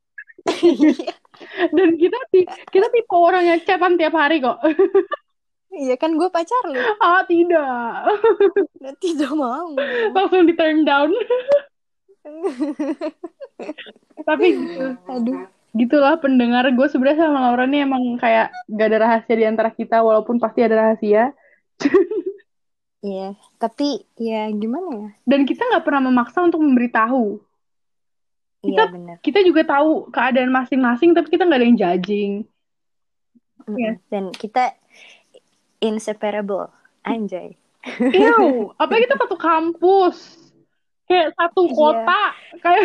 Dan kita ti- kita tipe orang yang chatan tiap hari kok. Iya kan gue pacar lu. Ah tidak, Tidak mau. langsung di turn down. Tapi gitu, Aduh. gitulah pendengar gue sebenarnya sama Laura nih emang kayak gak ada rahasia di antara kita walaupun pasti ada rahasia. Iya, tapi ya gimana ya? Dan kita nggak pernah memaksa untuk memberitahu. Kita Iya benar. kita juga tahu keadaan masing-masing, tapi kita nggak ada yang judging. Ya. Dan kita inseparable, anjay. Ew, apa kita satu kampus, kayak satu Iya, kota, kayak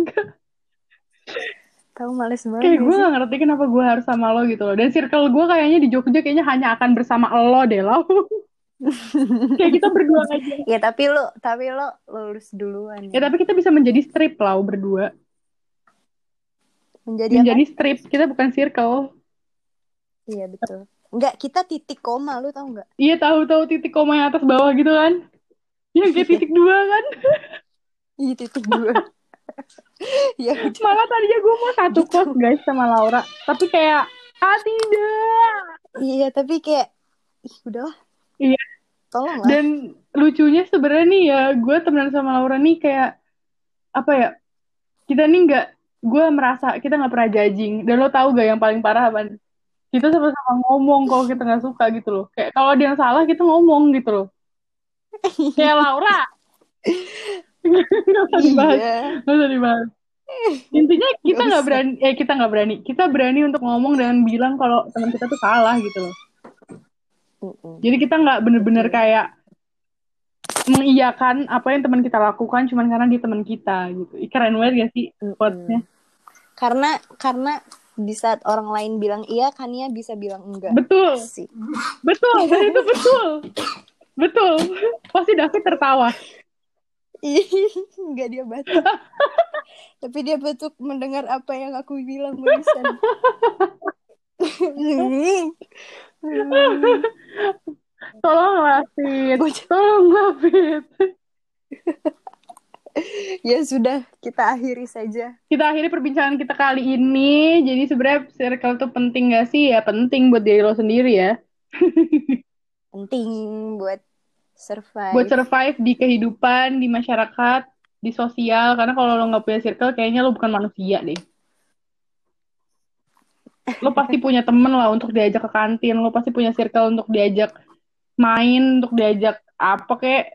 tahu males banget kayak gak gue sih? nggak ngerti kenapa gue harus sama lo gitu loh. Dan circle gue kayaknya di Jogja kayaknya hanya akan bersama lo deh lo. Kayak kita berdua aja. Ya tapi lo, tapi lo lulus duluan Ya ya. tapi kita bisa menjadi strip lo berdua. Menjadi apa? Menjadi strip, kita bukan circle. Iya betul. Enggak, kita titik koma, lu tahu nggak? Iya tahu-tahu titik koma yang atas bawah gitu kan? Yang kayak Iya, titik dua kan? iya titik dua. Ya udah. Malah tadinya gue mau satu Gitu. kos guys sama Laura, tapi kayak ah tidak. Iya, tapi kayak ih udahlah, Iya. tolonglah. Dan lucunya sebenarnya nih ya, gue temenan sama Laura nih kayak apa ya? Kita nih nggak, gue merasa kita nggak pernah judging. Dan lo tahu gak yang paling parah apa? Kita sama-sama ngomong kalau kita nggak suka gitu loh. Kayak kalau ada yang salah kita ngomong gitu loh. Kayak Laura, nggak usah dibahas, Iya, nggak usah dibahas. Intinya kita nggak nggak usah. berani, eh kita nggak berani. Kita berani untuk ngomong dan bilang kalau teman kita tuh salah gitu loh. Mm-mm. Jadi kita nggak bener-bener Betul. kayak mengiyakan apa yang teman kita lakukan cuman karena dia teman kita gitu. Ih, keren banget gak sih quotes-nya? Mm-mm. Karena karena di saat orang lain bilang iya, Kania bisa bilang enggak. Betul, Sih. betul, dan itu betul, betul. Pasti David tertawa. Enggak, dia batuk. Tapi dia batuk mendengar apa yang aku bilang barusan. Tolonglah, Fit. Bocah. Tolonglah, Fit. Ya sudah, kita akhiri saja. Kita akhiri perbincangan kita kali ini. Jadi sebenarnya circle tuh penting gak sih? Ya penting buat diri lo sendiri ya. Penting buat Buat survive. survive di kehidupan, di masyarakat, di sosial. Karena kalau lo nggak punya circle, kayaknya lo bukan manusia deh. Lo pasti punya temen lah untuk diajak ke kantin. Lo pasti punya circle untuk diajak main, untuk diajak apa kayak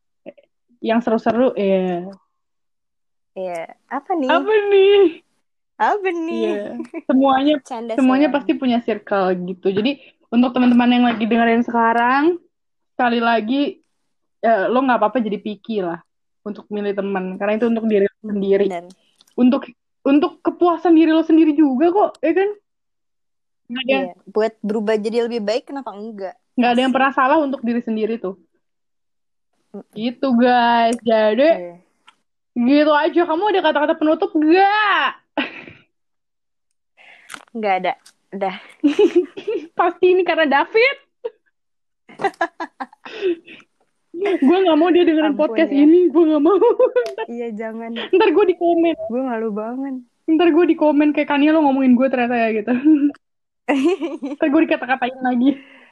yang seru-seru. Ya. Ya, apa nih? Apa nih? Apa nih? Iya, semuanya Canda semuanya sayang. pasti punya circle gitu. Jadi untuk teman-teman yang lagi dengerin sekarang, sekali lagi ya, lo nggak apa-apa jadi picky lah untuk milih teman, karena itu untuk diri lo Mm, sendiri, bener. untuk untuk kepuasan diri lo sendiri juga kok, ya kan? Nggak ada Iya, buat berubah jadi lebih baik kenapa enggak? nggak ada yang Asik. pernah salah untuk diri sendiri tuh. Mm, Gitu guys. Jadi iya. gitu aja. Kamu ada kata-kata penutup gak? Enggak ada. Udah. Pasti ini karena David. Gue nggak mau dia dengerin Ampun podcast ya. ini. Gue nggak mau. Iya, jangan. Ntar gue di komen. Gue malu banget. Ntar gue di komen kayak Kania lo ngomongin gue ternyata ya gitu. Ntar gue dikata-katain lagi.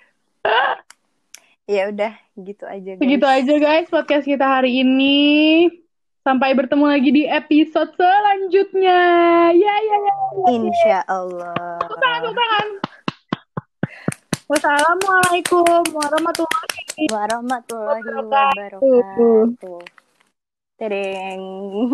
Ya udah, gitu aja Segitu guys. aja guys podcast kita hari ini. Sampai bertemu lagi di episode selanjutnya. Ya ya ya. Insya Tepuk tangan, Allah. tepuk tangan. Wassalamualaikum warahmatullahi Warahmatullahi wabarakatuh. wabarakatuh. Tereng.